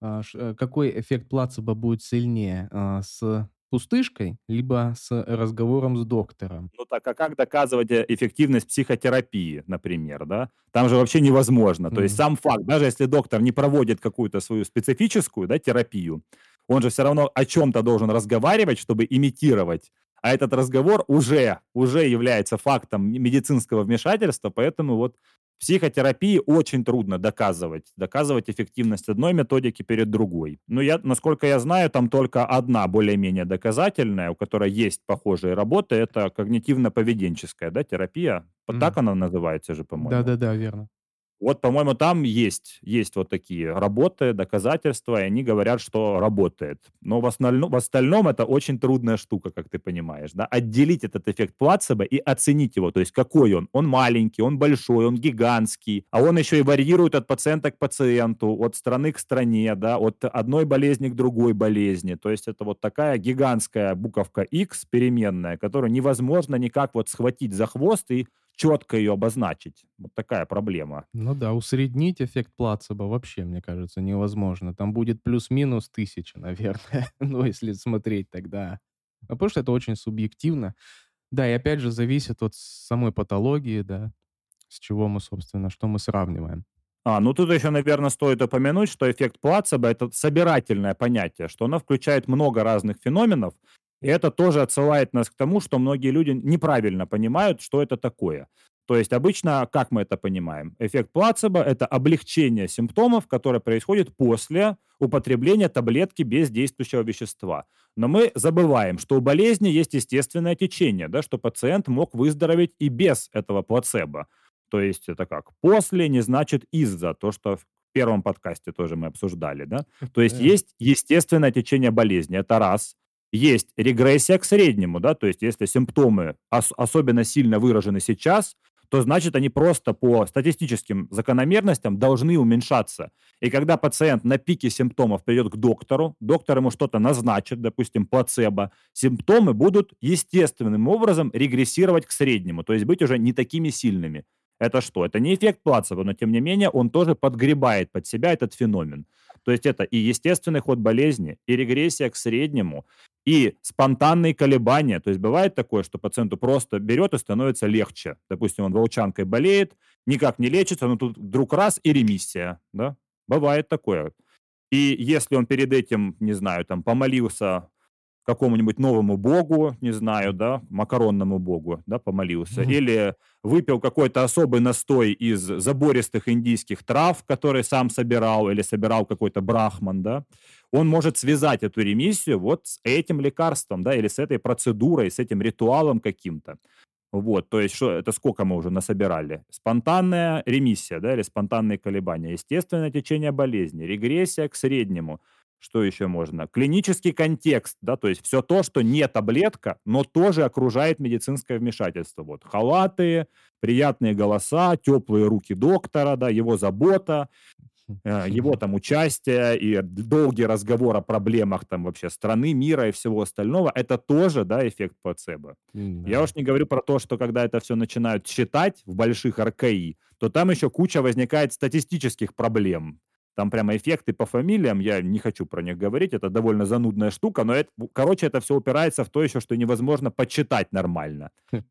какой эффект плацебо будет сильнее, с пустышкой, либо с разговором с доктором. Ну так, а как доказывать эффективность психотерапии, например, да? Там же вообще невозможно. То есть М. сам факт, даже если доктор не проводит какую-то свою специфическую, да, терапию, он же все равно о чем-то должен разговаривать, чтобы имитировать. А этот разговор уже является фактом медицинского вмешательства, поэтому вот в психотерапии очень трудно доказывать эффективность одной методики перед другой. Но насколько я знаю, там только одна более-менее доказательная, у которой есть похожие работы, это когнитивно-поведенческая, да, терапия. Вот так М. она называется же, по-моему. Да-да-да, верно. Вот, по-моему, там есть вот такие работы, доказательства, и они говорят, что работает. Но в остальном это очень трудная штука, как ты понимаешь, да. Отделить этот эффект плацебо и оценить его, то есть какой он. Он маленький, он большой, он гигантский, а он еще и варьирует от пациента к пациенту, от страны к стране, да, от одной болезни к другой болезни. То есть это вот такая гигантская буковка X переменная, которую невозможно никак вот схватить за хвост и четко ее обозначить. Вот такая проблема. Ну да, усреднить эффект плацебо вообще, мне кажется, невозможно. Там будет плюс-минус 1000, наверное. Ну, если смотреть тогда. А потому что это очень субъективно. Да, и опять же зависит от самой патологии, да, с чего мы, собственно, что мы сравниваем. Ну тут еще, наверное, стоит упомянуть, что эффект плацебо– это собирательное понятие, что оно включает много разных феноменов, и это тоже отсылает нас к тому, что многие люди неправильно понимают, что это такое. То есть обычно, как мы это понимаем? Эффект плацебо– это облегчение симптомов, которое происходит после употребления таблетки без действующего вещества. Но мы забываем, что у болезни есть естественное течение, да, что пациент мог выздороветь и без этого плацебо. То есть это как? После не значит из-за, то, что в первом подкасте тоже мы обсуждали, да? То есть Да. есть естественное течение болезни, это раз. Есть регрессия к среднему, да, то есть если симптомы особенно сильно выражены сейчас, то значит они просто по статистическим закономерностям должны уменьшаться. И когда пациент на пике симптомов придет к доктору, доктор ему что-то назначит, допустим, плацебо, симптомы будут естественным образом регрессировать к среднему, то есть быть уже не такими сильными. Это что? Это не эффект плацебо, но тем не менее он тоже подгребает под себя этот феномен. То есть это и естественный ход болезни, и регрессия к среднему, и спонтанные колебания. То есть бывает такое, что пациенту просто берет и становится легче. Допустим, он волчанкой болеет, никак не лечится, но тут вдруг раз и ремиссия. Да? Бывает такое. И если он перед этим, не знаю, там помолился какому-нибудь новому богу, не знаю, да, макаронному богу, да, помолился, или выпил какой-то особый настой из забористых индийских трав, который сам собирал, или собирал какой-то брахман, да, он может связать эту ремиссию вот с этим лекарством, да, или с этой процедурой, с этим ритуалом каким-то. Вот, то есть, что это сколько мы уже насобирали? Спонтанная ремиссия, да, или спонтанные колебания, естественное течение болезни, регрессия к среднему. Что еще можно? Клинический контекст, да, то есть все то, что не таблетка, но тоже окружает медицинское вмешательство. Вот халаты, приятные голоса, теплые руки доктора, да, его забота, его там участие и долгий разговор о проблемах там вообще страны, мира и всего остального, это тоже, да, эффект плацебо. Я Да. уж не говорю про то, что когда это все начинают считать в больших РКИ, то там еще куча возникает статистических проблем. Там прямо эффекты по фамилиям, я не хочу про них говорить, это довольно занудная штука, но, короче, это все упирается в то еще, что невозможно почитать нормально.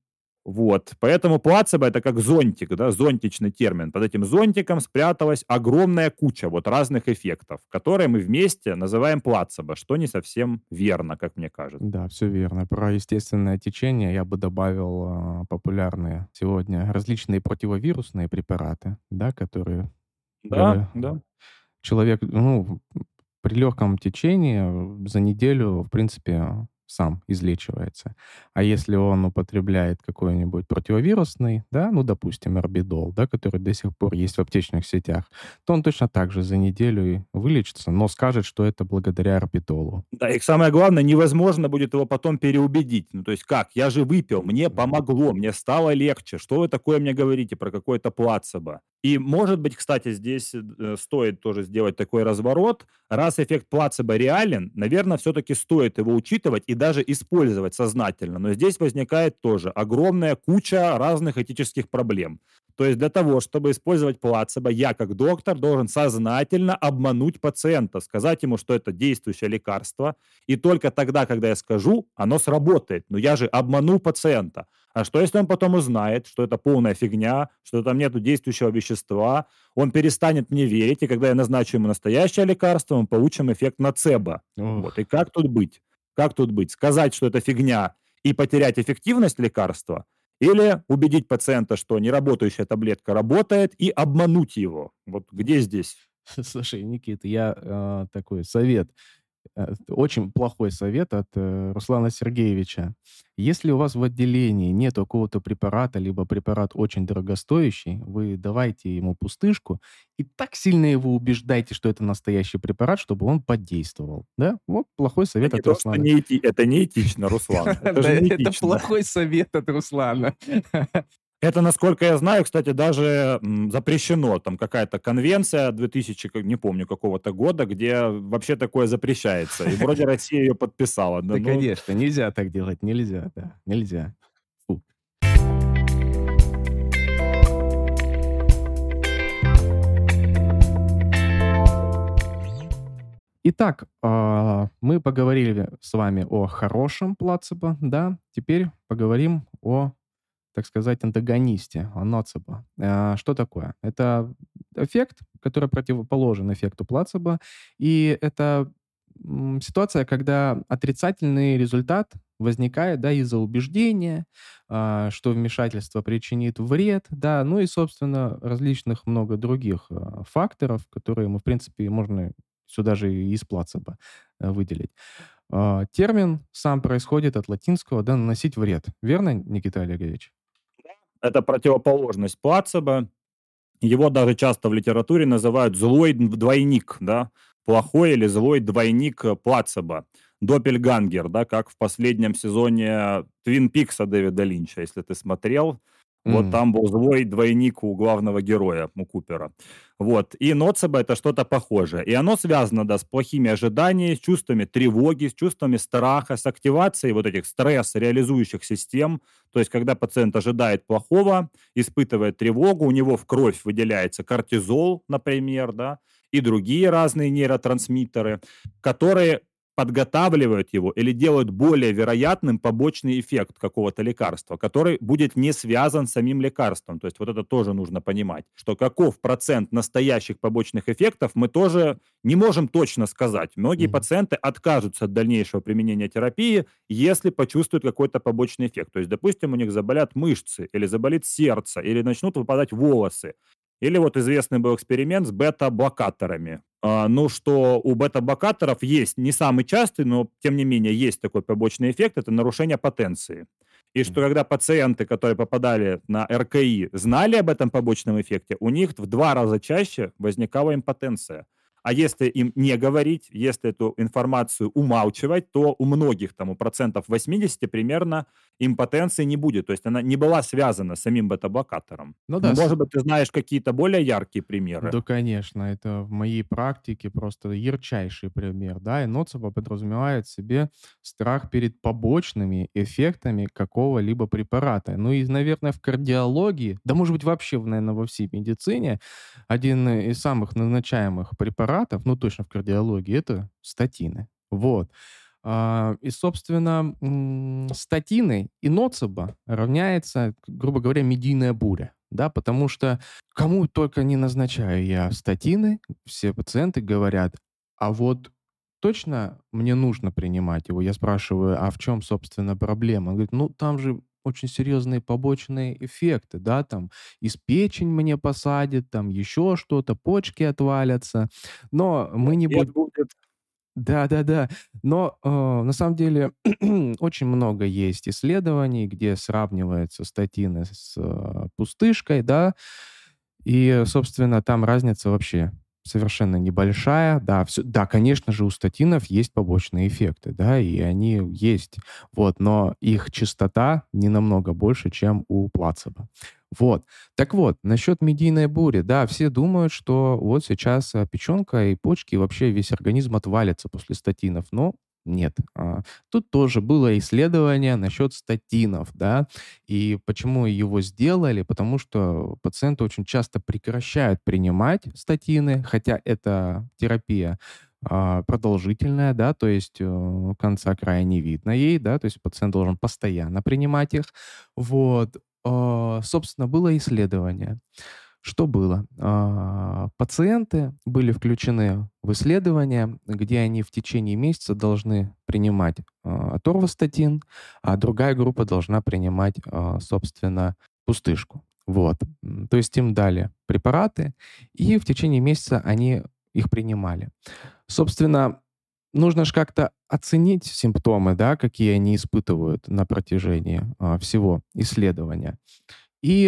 Вот, поэтому плацебо это как зонтик, да, зонтичный термин. Под этим зонтиком спряталась огромная куча вот разных эффектов, которые мы вместе называем плацебо, что не совсем верно, как мне кажется. Да, все верно. Про естественное течение я бы добавил популярные сегодня различные противовирусные препараты, да, которые Да, да. человек, ну, при легком течении за неделю, в принципе, сам излечивается. А если он употребляет какой-нибудь противовирусный, да, ну, допустим, орбидол, да, который до сих пор есть в аптечных сетях, то он точно так же за неделю и вылечится, но скажет, что это благодаря орбидолу. Да, и самое главное, невозможно будет его потом переубедить. Ну, то есть как? Я же выпил, мне помогло, мне стало легче. Что вы такое мне говорите про какое-то плацебо? И, может быть, кстати, здесь стоит тоже сделать такой разворот. Раз эффект плацебо реален, наверное, все-таки стоит его учитывать и даже использовать сознательно. Но здесь возникает тоже огромная куча разных этических проблем. То есть для того, чтобы использовать плацебо, я как доктор должен сознательно обмануть пациента, сказать ему, что это действующее лекарство, и только тогда, когда я скажу, оно сработает. Но я же обманул пациента. А что, если он потом узнает, что это полная фигня, что там нету действующего вещества, он перестанет мне верить, и когда я назначу ему настоящее лекарство, мы получим эффект ноцебо. Вот. И как тут быть? Как тут быть? Сказать, что это фигня, и потерять эффективность лекарства, или убедить пациента, что неработающая таблетка работает, и обмануть его? Вот где здесь? Слушай, Никита, я такой совет, очень плохой совет от Руслана Сергеевича. Если у вас в отделении нет какого-то препарата, либо препарат очень дорогостоящий, вы давайте ему пустышку и так сильно его убеждайте, что это настоящий препарат, чтобы он подействовал. Да? Вот плохой совет Это не от то, что Руслана. это не этично, Руслан. Это Да, же не это этично. плохой совет от Руслана. Это, насколько я знаю, кстати, даже запрещено. Там какая-то конвенция 2000, не помню, какого-то года, где вообще такое запрещается. И вроде Россия ее подписала. Да, Да, ну, конечно, нельзя так делать, нельзя, да, нельзя. Фу. Итак, мы поговорили с вами о хорошем плацебо, да, теперь поговорим о, так сказать, антагонисте, о ноцебо. Что такое? Это эффект, который противоположен эффекту плацебо, и это ситуация, когда отрицательный результат возникает, да, из-за убеждения, что вмешательство причинит вред, да, ну и, собственно, различных много других факторов, которые мы, в принципе, можно сюда же и из плацебо выделить. Термин сам происходит от латинского, да, наносить вред. Верно, Никита Олегович? Это противоположность плацебо. Его даже часто в литературе называют злой двойник, да, плохой или злой двойник плацебо. Доппельгангер, да, как в последнем сезоне Твин Пикса Дэвида Линча, если ты смотрел. Вот М. там был злой двойник у главного героя, у Купера. Вот. И ноцебо — это что-то похожее. И оно связано, да, с плохими ожиданиями, с чувствами тревоги, с чувствами страха, с активацией вот этих стресс-реализующих систем. То есть, когда пациент ожидает плохого, испытывает тревогу, у него в кровь выделяется кортизол, например, да, и другие разные нейротрансмиттеры, которые подготавливают его или делают более вероятным побочный эффект какого-то лекарства, который будет не связан с самим лекарством. То есть вот это тоже нужно понимать, что каков процент настоящих побочных эффектов, мы тоже не можем точно сказать. Многие Мгм. пациенты откажутся от дальнейшего применения терапии, если почувствуют какой-то побочный эффект. То есть, допустим, у них заболят мышцы, или заболит сердце, или начнут выпадать волосы. Или вот известный был эксперимент с бета-блокаторами. Ну, что у бета-блокаторов есть не самый частый, но тем не менее есть такой побочный эффект — это нарушение потенции. И что Мгм. когда пациенты, которые попадали на РКИ, знали об этом побочном эффекте, у них в 2 раза чаще возникала импотенция. А если им не говорить, если эту информацию умалчивать, то у многих, там, у процентов 80 примерно импотенции не будет. То есть она не была связана с самим бета-блокатором. Ну Ну, да, может быть, ты знаешь какие-то более яркие примеры? да, конечно, это в моей практике просто ярчайший пример, да, и ноцебо подразумевает в себе страх перед побочными эффектами какого-либо препарата. Ну и, наверное, в кардиологии, да, может быть, вообще, наверное, во всей медицине, один из самых назначаемых препаратов, ну, точно в кардиологии, это статины. Вот. И, собственно, статины и ноцебо равняется, грубо говоря, медийная буря, да, потому что кому только не назначаю я статины, все пациенты говорят: "А вот точно мне нужно принимать его?" Я спрашиваю: "А в чем, собственно, проблема?" Он говорит: "Ну, там же очень серьезные побочные эффекты, да, там из печень мне посадят, там еще что-то, почки отвалятся". Но мы не Нет, будем. будет. Да-да-да. Но, на самом деле очень много есть исследований, где сравниваются статины с, пустышкой, да. И, собственно, там разница вообще совершенно небольшая. Да, да, конечно же, у статинов есть побочные эффекты, да, и они есть. Вот, но их частота не намного больше, чем у плацебо. Вот. Так вот, насчет медийной бури. Да, все думают, что вот сейчас печенка и почки, и вообще весь организм отвалится после статинов. Но нет. Тут тоже было исследование насчет статинов, да, и почему его сделали? Потому что пациенты очень часто прекращают принимать статины, хотя это терапия продолжительная, да, то есть конца края не видно ей, да, то есть пациент должен постоянно принимать их. Вот. Собственно, было исследование. Что было? Пациенты были включены в исследование, где они в течение месяца должны принимать аторвастатин, а другая группа должна принимать, собственно, пустышку. Вот. То есть им дали препараты, и в течение месяца они их принимали. Собственно, нужно же как-то оценить симптомы, да, какие они испытывают на протяжении всего исследования. И,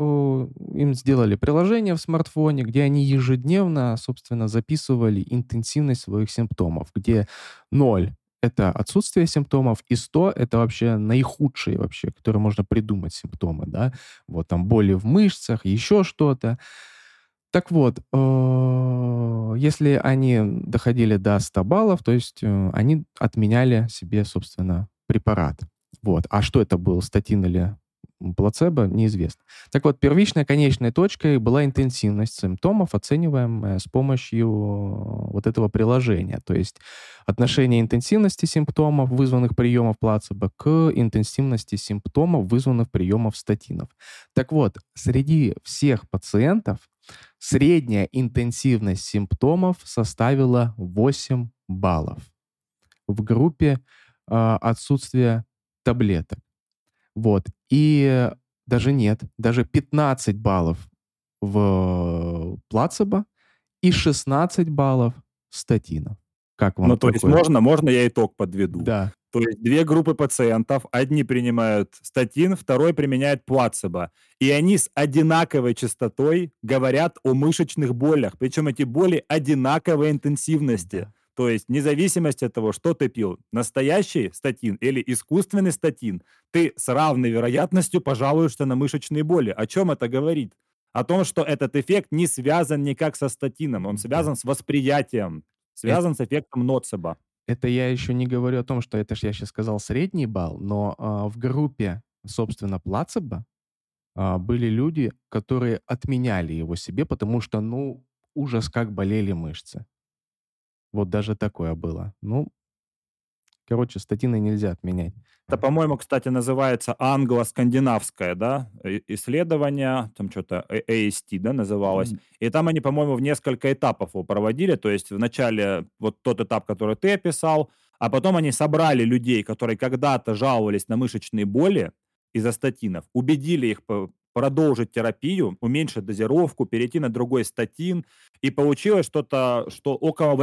им сделали приложение в смартфоне, где они ежедневно, собственно, записывали интенсивность своих симптомов, где 0 — это отсутствие симптомов, и 100 — это вообще наихудшие вообще, которые можно придумать симптомы, да. Вот там боли в мышцах, еще что-то. Так вот, если они доходили до 100 баллов, то есть, они отменяли себе, собственно, препарат. Вот. А что это был, статин или Плацебо неизвестно. Так вот, первичной конечной точкой была интенсивность симптомов, оцениваемая с помощью вот этого приложения. То есть отношение интенсивности симптомов, вызванных приемов плацебо, к интенсивности симптомов, вызванных приемов статинов. Так вот, среди всех пациентов средняя интенсивность симптомов составила 8 баллов в группе отсутствия таблеток. Вот. И даже 15 баллов в плацебо и 16 баллов статинов. Как вам Ну, то есть такое? можно я итог подведу? Да. То есть 2 группы пациентов, одни принимают статин, второй применяет плацебо, и они с одинаковой частотой говорят о мышечных болях, причем эти боли одинаковой интенсивности. Да. То есть вне зависимости от того, что ты пил, настоящий статин или искусственный статин, ты с равной вероятностью пожалуешься на мышечные боли. О чем это говорит? О том, что этот эффект не связан никак со статином, он Да. связан с восприятием, связан с эффектом ноцебо. Это я еще не говорю о том, что это ж я сейчас сказал средний балл, но в группе, собственно, плацебо были люди, которые отменяли его себе, потому что, ну, ужас, как болели мышцы. Вот даже такое было. Ну, короче, статины нельзя отменять. Это, по-моему, кстати, называется англо-скандинавское, да, исследование, там что-то AST, да, называлось. М, И там они, по-моему, в несколько этапов его проводили. То есть вначале вот тот этап, который ты описал, а потом они собрали людей, которые когда-то жаловались на мышечные боли из-за статинов, убедили их продолжить терапию, уменьшить дозировку, перейти на другой статин. И получилось что-то, что около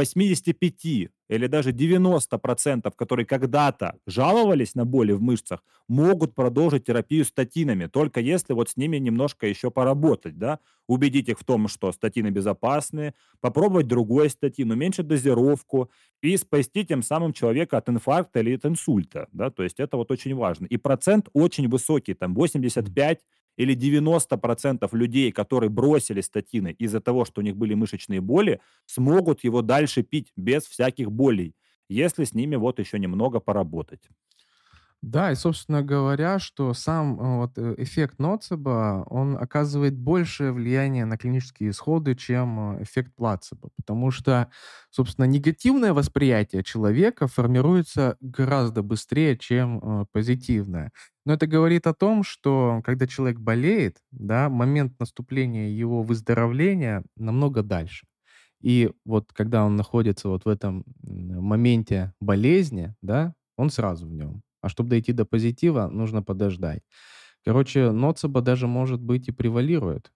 85 или даже 90%, которые когда-то жаловались на боли в мышцах, могут продолжить терапию статинами, только если вот с ними немножко еще поработать, да, убедить их в том, что статины безопасны, попробовать другой статин, уменьшить дозировку и спасти тем самым человека от инфаркта или от инсульта, да, то есть это вот очень важно. И процент очень высокий, там 85 или 90% людей, которые бросили статины из-за того, что у них были мышечные боли, смогут его дальше пить без всяких болей, если с ними вот еще немного поработать. Да, и, собственно говоря, что сам эффект ноцебо, он оказывает большее влияние на клинические исходы, чем эффект плацебо. Потому что, собственно, негативное восприятие человека формируется гораздо быстрее, чем позитивное. Но это говорит о том, что когда человек болеет, да, момент наступления его выздоровления намного дальше. И вот когда он находится вот в этом моменте болезни, да, он сразу в нем. А чтобы дойти до позитива, нужно подождать. Короче, ноцебо даже, может быть, и превалирует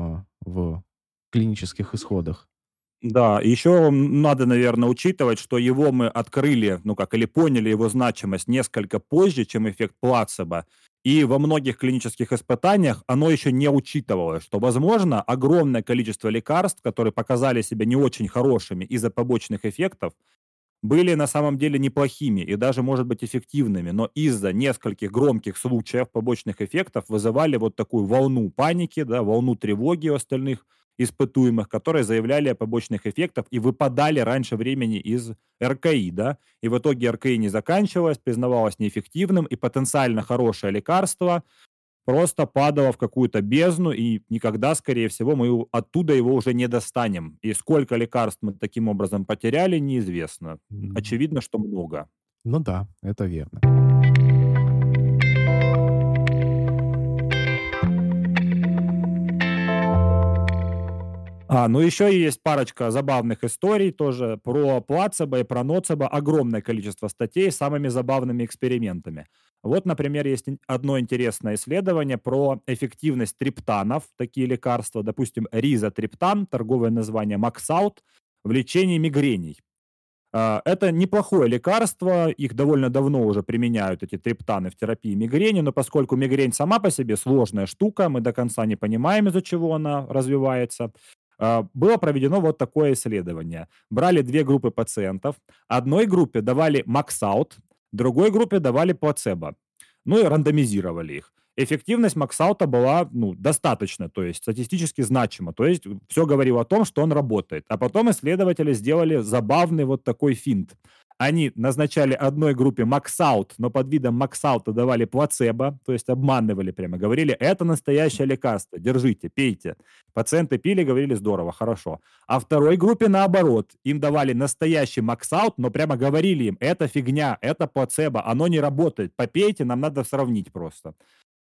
в клинических исходах. Да, еще надо, наверное, учитывать, что его мы открыли, ну как, или поняли его значимость несколько позже, чем эффект плацебо. И во многих клинических испытаниях оно еще не учитывалось, что, возможно, огромное количество лекарств, которые показали себя не очень хорошими из-за побочных эффектов, были на самом деле неплохими и даже, может быть, эффективными, но из-за нескольких громких случаев побочных эффектов вызывали вот такую волну паники, да, волну тревоги у остальных испытуемых, которые заявляли о побочных эффектах и выпадали раньше времени из РКИ, да, и в итоге РКИ не заканчивалось, признавалось неэффективным, и потенциально хорошее лекарство просто падало в какую-то бездну, и никогда, скорее всего, мы оттуда его уже не достанем. И сколько лекарств мы таким образом потеряли, неизвестно. М, Очевидно, что много. Ну да, это верно. Ну еще есть парочка забавных историй тоже про плацебо и про ноцебо. Огромное количество статей с самыми забавными экспериментами. Вот, например, есть одно интересное исследование про эффективность триптанов, такие лекарства, допустим, ризотриптан, торговое название Максаут, в лечении мигрений. Это неплохое лекарство, их довольно давно уже применяют, эти триптаны, в терапии мигрени, но поскольку мигрень сама по себе сложная штука, мы до конца не понимаем, из-за чего она развивается, было проведено вот такое исследование. Брали две группы пациентов, одной группе давали Максаут, другой группе давали плацебо, ну и рандомизировали их. Эффективность Максаута была достаточно, то есть статистически значима, то есть все говорило о том, что он работает. А потом исследователи сделали забавный вот такой финт. Они назначали одной группе максаут, но под видом максаута давали плацебо, то есть обманывали прямо, говорили, это настоящее лекарство, держите, пейте. Пациенты пили, говорили, здорово, хорошо. А второй группе наоборот, им давали настоящий максаут, но прямо говорили им, это фигня, это плацебо, оно не работает, попейте, нам надо сравнить просто.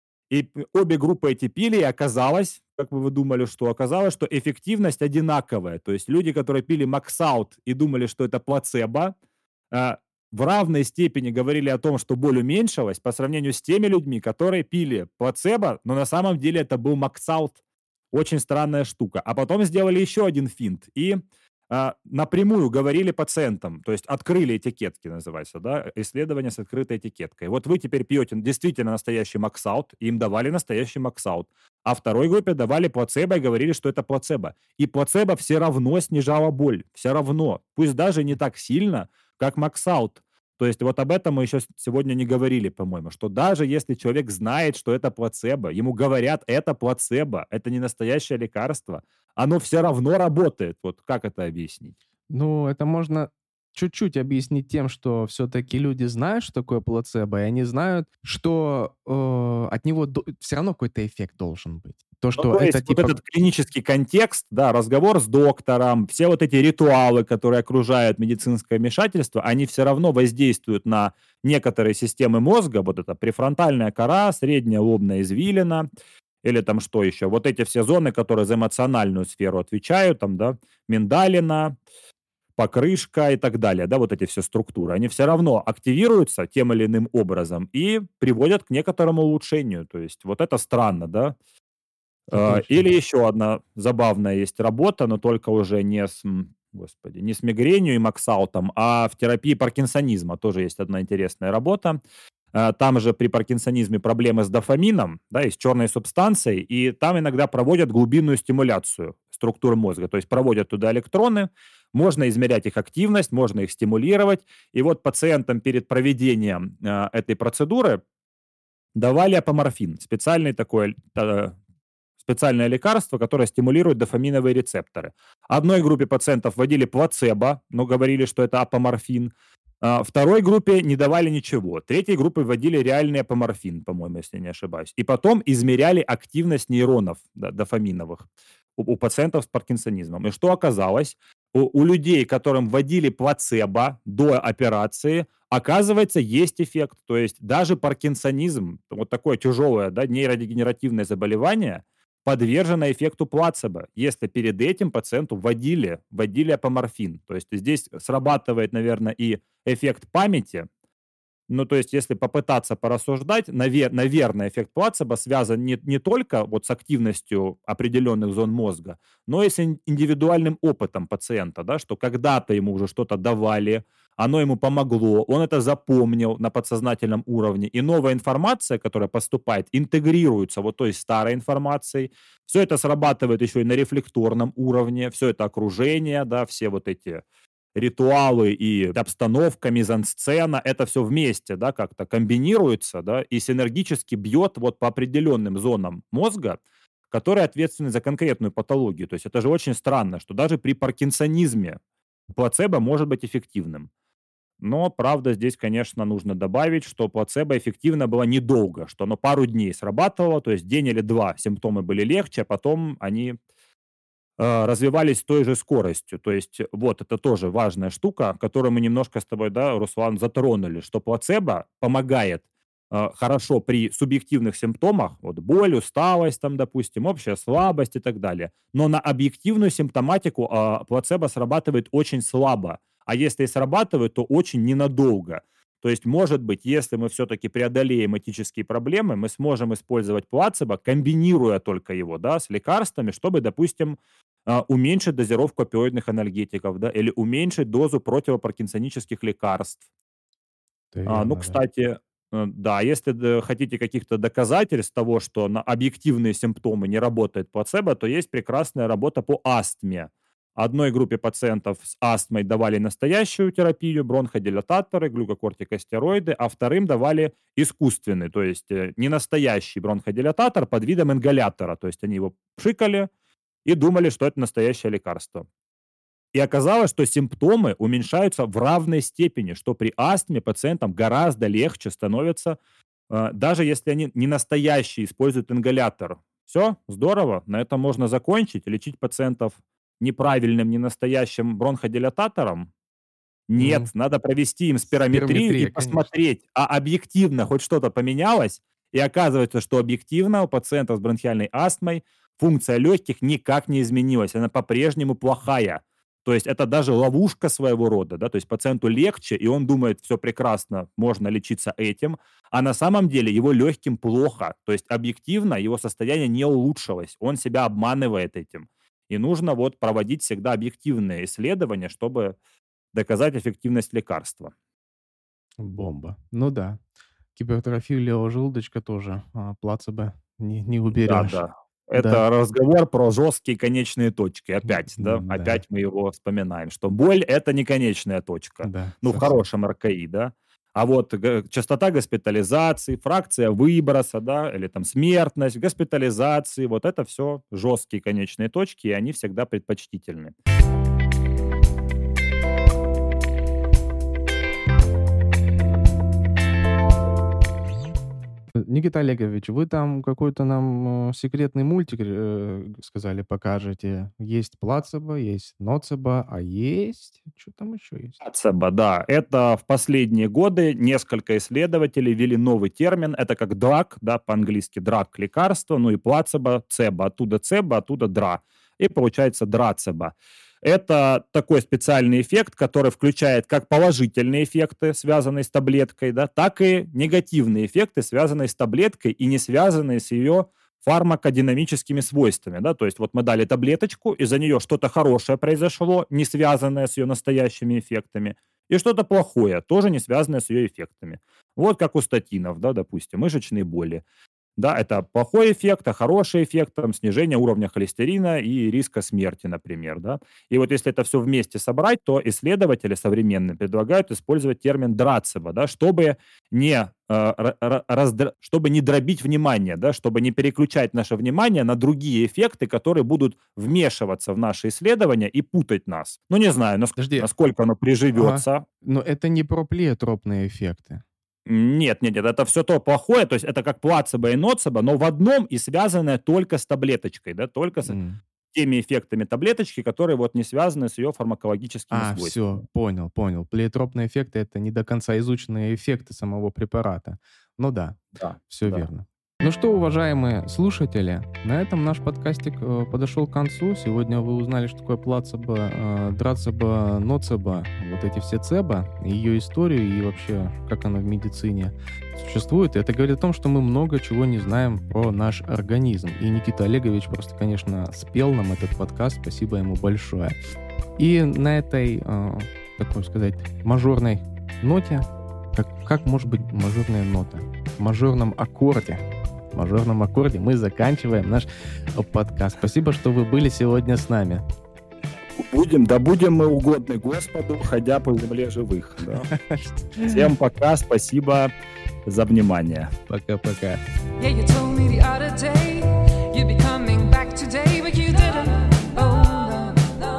И обе группы эти пили, и оказалось, как бы вы думали, что оказалось, что эффективность одинаковая. То есть люди, которые пили максаут и думали, что это плацебо, а, в равной степени говорили о том, что боль уменьшилась по сравнению с теми людьми, которые пили плацебо, но на самом деле это был максаут. Очень странная штука. А потом сделали еще один финт и напрямую говорили пациентам, то есть открыли этикетки, называется, да, исследование с открытой этикеткой. Вот вы теперь пьете действительно настоящий максаут, им давали настоящий максаут, а второй группе давали плацебо и говорили, что это плацебо. И плацебо все равно снижало боль, все равно, пусть даже не так сильно, как максаут. То есть вот об этом мы еще сегодня не говорили, по-моему, что даже если человек знает, что это плацебо, ему говорят, это плацебо, это не настоящее лекарство, оно все равно работает. Вот как это объяснить? Ну, это можно чуть-чуть объяснить тем, что все-таки люди знают, что такое плацебо, и они знают, что от него все равно какой-то эффект должен быть. То, Ну, что то это есть вот типа... этот клинический контекст, да, разговор с доктором, все вот эти ритуалы, которые окружают медицинское вмешательство, они все равно воздействуют на некоторые системы мозга, вот это префронтальная кора, средняя лобная извилина, или там что еще, вот эти все зоны, которые за эмоциональную сферу отвечают, там, да, миндалина, покрышка и так далее, да, вот эти все структуры, они все равно активируются тем или иным образом и приводят к некоторому улучшению. То есть вот это странно, да. Это точно. Или еще одна забавная есть работа, но только уже не с, господи, не с мигренью и максаутом, а в терапии паркинсонизма. Тоже есть одна интересная работа. Там же при паркинсонизме проблемы с дофамином, да, и с черной субстанцией, и там иногда проводят глубинную стимуляцию структуры мозга, то есть проводят туда электроны, можно измерять их активность, можно их стимулировать, и вот пациентам перед проведением этой процедуры давали апоморфин, специальное лекарство, которое стимулирует дофаминовые рецепторы. Одной группе пациентов вводили плацебо, но говорили, что это апоморфин. Второй группе не давали ничего. Третьей группе вводили реальный апоморфин, по-моему, если не ошибаюсь. И потом измеряли активность нейронов дофаминовых у пациентов с паркинсонизмом. И что оказалось? У людей, которым вводили плацебо до операции, оказывается, есть эффект. То есть даже паркинсонизм, вот такое тяжелое, да, нейродегенеративное заболевание, подвержена эффекту плацебо, если перед этим пациенту вводили апоморфин. То есть здесь срабатывает, наверное, и эффект памяти. Ну, то есть, если попытаться порассуждать, наверное, эффект плацебо связан не только вот с активностью определенных зон мозга, но и с индивидуальным опытом пациента, да, что когда-то ему уже что-то давали, оно ему помогло, он это запомнил на подсознательном уровне, и новая информация, которая поступает, интегрируется вот той старой информацией. Все это срабатывает еще и на рефлекторном уровне, все это окружение, да, все вот эти ритуалы и обстановка, мизансцена, это все вместе, да, как-то комбинируется, да, и синергически бьет вот по определенным зонам мозга, которые ответственны за конкретную патологию. То есть это же очень странно, что даже при паркинсонизме плацебо может быть эффективным. Но, правда, здесь, конечно, нужно добавить, что плацебо эффективно было недолго, что оно пару дней срабатывало, то есть день или два симптомы были легче, а потом они развивались с той же скоростью. То есть вот это тоже важная штука, которую мы немножко с тобой, да, Руслан, затронули, что плацебо помогает хорошо при субъективных симптомах, вот боль, усталость, там, допустим, общая слабость и так далее. Но на объективную симптоматику плацебо срабатывает очень слабо. А если и срабатывает, то очень ненадолго. То есть, может быть, если мы все-таки преодолеем этические проблемы, мы сможем использовать плацебо, комбинируя только его, да, с лекарствами, чтобы, допустим, уменьшить дозировку опиоидных анальгетиков, да, или уменьшить дозу противопаркинсонических лекарств. Это Ну, верно, да. кстати, да, если хотите каких-то доказательств того, что на объективные симптомы не работает плацебо, то есть прекрасная работа по астме. Одной группе пациентов с астмой давали настоящую терапию, бронходилататоры, глюкокортикостероиды, а вторым давали искусственный, то есть не настоящий бронходилататор под видом ингалятора. То есть они его пшикали и думали, что это настоящее лекарство. И оказалось, что симптомы уменьшаются в равной степени, что при астме пациентам гораздо легче становится, даже если они не настоящие используют ингалятор. Все, здорово, на этом можно закончить. Лечить пациентов неправильным, ненастоящим бронходилататором? Нет, М, надо провести им спирометрию и Спирометрия, конечно. посмотреть, а объективно хоть что-то поменялось. И оказывается, что объективно у пациентов с бронхиальной астмой функция легких никак не изменилась, она по-прежнему плохая. То есть это даже ловушка своего рода, да, то есть пациенту легче, и он думает, все прекрасно, можно лечиться этим, а на самом деле его легким плохо, то есть объективно его состояние не улучшилось, он себя обманывает этим. И нужно вот проводить всегда объективные исследования, чтобы доказать эффективность лекарства. Бомба. Ну да. Гипертрофию левого желудочка тоже плацебо не уберешь. Да-да. Да. Это разговор про жесткие конечные точки. Опять, да, Да, опять мы его вспоминаем, что боль- это не конечная точка. да, Ну, в совсем. хорошем РКИ, да. А вот частота госпитализации, фракция выброса, да, или там смертность, госпитализации, вот это все жесткие конечные точки, и они всегда предпочтительны. Никита Олегович, вы там какой-то нам секретный мультик, сказали, покажете. Есть плацебо, есть ноцебо, а есть... Что там еще есть? Плацебо, да. Это в последние годы несколько исследователей ввели новый термин. Это как драг, да, по-английски драг– лекарство, ну и плацебо– цебо, оттуда дра. И получается драцебо. Это такой специальный эффект, который включает как положительные эффекты, связанные с таблеткой, да, так и негативные эффекты, связанные с таблеткой и не связанные с ее фармакодинамическими свойствами, да, то есть вот мы дали таблеточку, из-за нее что-то хорошее произошло, не связанное с ее настоящими эффектами, и что-то плохое, тоже не связанное с ее эффектами. Вот как у статинов, да, допустим, мышечные боли. Да, это плохой эффект, а хороший эффект, там, снижение уровня холестерина и риска смерти, например, да. И вот если это все вместе собрать, то исследователи современные предлагают использовать термин драцебо, да, чтобы чтобы не дробить внимание, да, чтобы не переключать наше внимание на другие эффекты, которые будут вмешиваться в наши исследования и путать нас. Ну, не знаю, Подожди. насколько оно Ага. приживется. Но это не про плеотропные эффекты. Нет, это все то плохое, то есть это как плацебо и ноцебо, но в одном и связанное только с таблеточкой, да, только с М. теми эффектами таблеточки, которые вот не связаны с ее фармакологическими Все, свойствами. понял. Плеотропные эффекты — это не до конца изученные эффекты самого препарата. Ну да, Да, все да. верно. Ну что, уважаемые слушатели, на этом наш подкастик подошел к концу. Сегодня вы узнали, что такое плацебо, драцебо, ноцебо, вот эти все цебо, ее историю и вообще, как она в медицине существует. И это говорит о том, что мы много чего не знаем про наш организм. И Никита Олегович просто, конечно, спел нам этот подкаст. Спасибо ему большое. И на этой, так можно сказать, мажорной ноте, как может быть мажорная нота? В мажорном аккорде мы заканчиваем наш подкаст. Спасибо, что вы были сегодня с нами. Будем мы угодны Господу, ходя по земле живых. Да. Всем пока, спасибо за внимание. Пока-пока. Yeah, you told me the other day you'd be coming back today, but you didn't. Oh,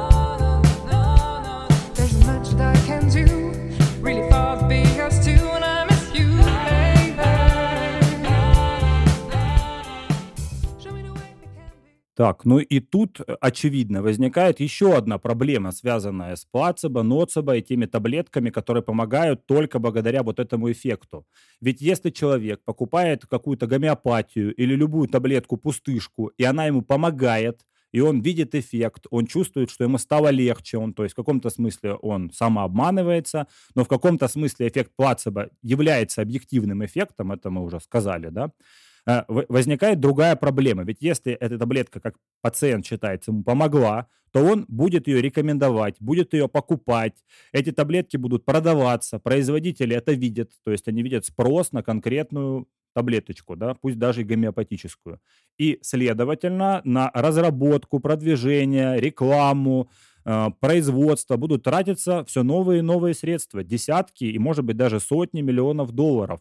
no. There's much that I can do, really far to be us two, and I miss you, baby. Show me the way we can be. Так, ну и тут, очевидно, возникает еще одна проблема, связанная с плацебо, ноцебо и теми таблетками, которые помогают только благодаря вот этому эффекту. Ведь если человек покупает какую-то гомеопатию или любую таблетку-пустышку, и она ему помогает, и он видит эффект, он чувствует, что ему стало легче, он, то есть в каком-то смысле он самообманывается, но в каком-то смысле эффект плацебо является объективным эффектом, это мы уже сказали, да, возникает другая проблема. Ведь если эта таблетка, как пациент считается, ему помогла, то он будет ее рекомендовать, будет ее покупать. Эти таблетки будут продаваться, производители это видят, то есть они видят спрос на конкретную таблеточку, да, пусть даже и гомеопатическую. И, следовательно, на разработку, продвижение, рекламу, производство будут тратиться все новые и новые средства, десятки и, может быть, даже сотни миллионов долларов.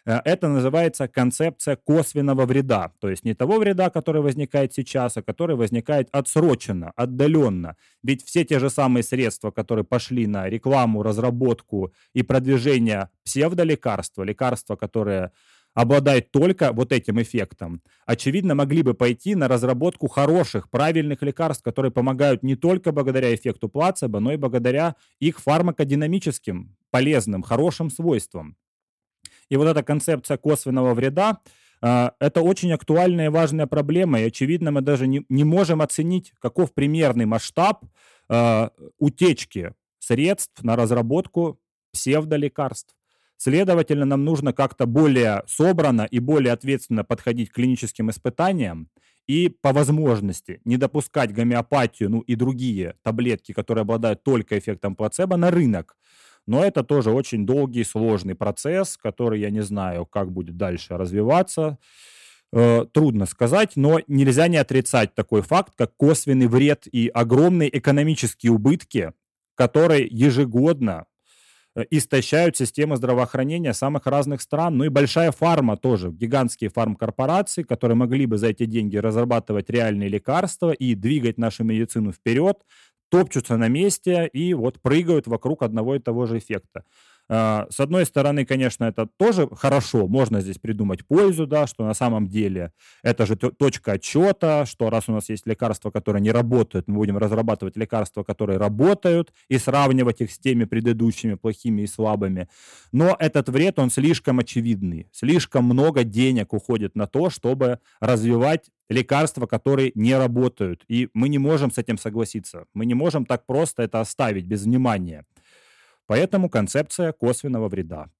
Это называется концепция косвенного вреда. То есть не того вреда, который возникает сейчас, а который возникает отсроченно, отдаленно. Ведь все те же самые средства, которые пошли на рекламу, разработку и продвижение псевдолекарства, лекарства, которые обладают только вот этим эффектом, очевидно, могли бы пойти на разработку хороших, правильных лекарств, которые помогают не только благодаря эффекту плацебо, но и благодаря их фармакодинамическим, полезным, хорошим свойствам. И вот эта концепция косвенного вреда это очень актуальная и важная проблема, и, очевидно, мы даже не можем оценить, каков примерный масштаб утечки средств на разработку псевдолекарств. Следовательно, нам нужно как-то более собранно и более ответственно подходить к клиническим испытаниям и по возможности не допускать гомеопатию, ну и другие таблетки, которые обладают только эффектом плацебо, на рынок. Но это тоже очень долгий, сложный процесс, который я не знаю, как будет дальше развиваться. Трудно сказать, но нельзя не отрицать такой факт, как косвенный вред и огромные экономические убытки, которые ежегодно истощают системы здравоохранения самых разных стран. Ну и большая фарма тоже, гигантские фармкорпорации, которые могли бы за эти деньги разрабатывать реальные лекарства и двигать нашу медицину вперед, топчутся на месте и вот прыгают вокруг одного и того же эффекта. С одной стороны, конечно, это тоже хорошо, можно здесь придумать пользу, да, что на самом деле это же точка отсчета, что раз у нас есть лекарства, которые не работают, мы будем разрабатывать лекарства, которые работают, и сравнивать их с теми предыдущими плохими и слабыми. Но этот вред, он слишком очевидный, слишком много денег уходит на то, чтобы развивать лекарства, которые не работают, и мы не можем с этим согласиться, мы не можем так просто это оставить без внимания. Поэтому концепция косвенного вреда.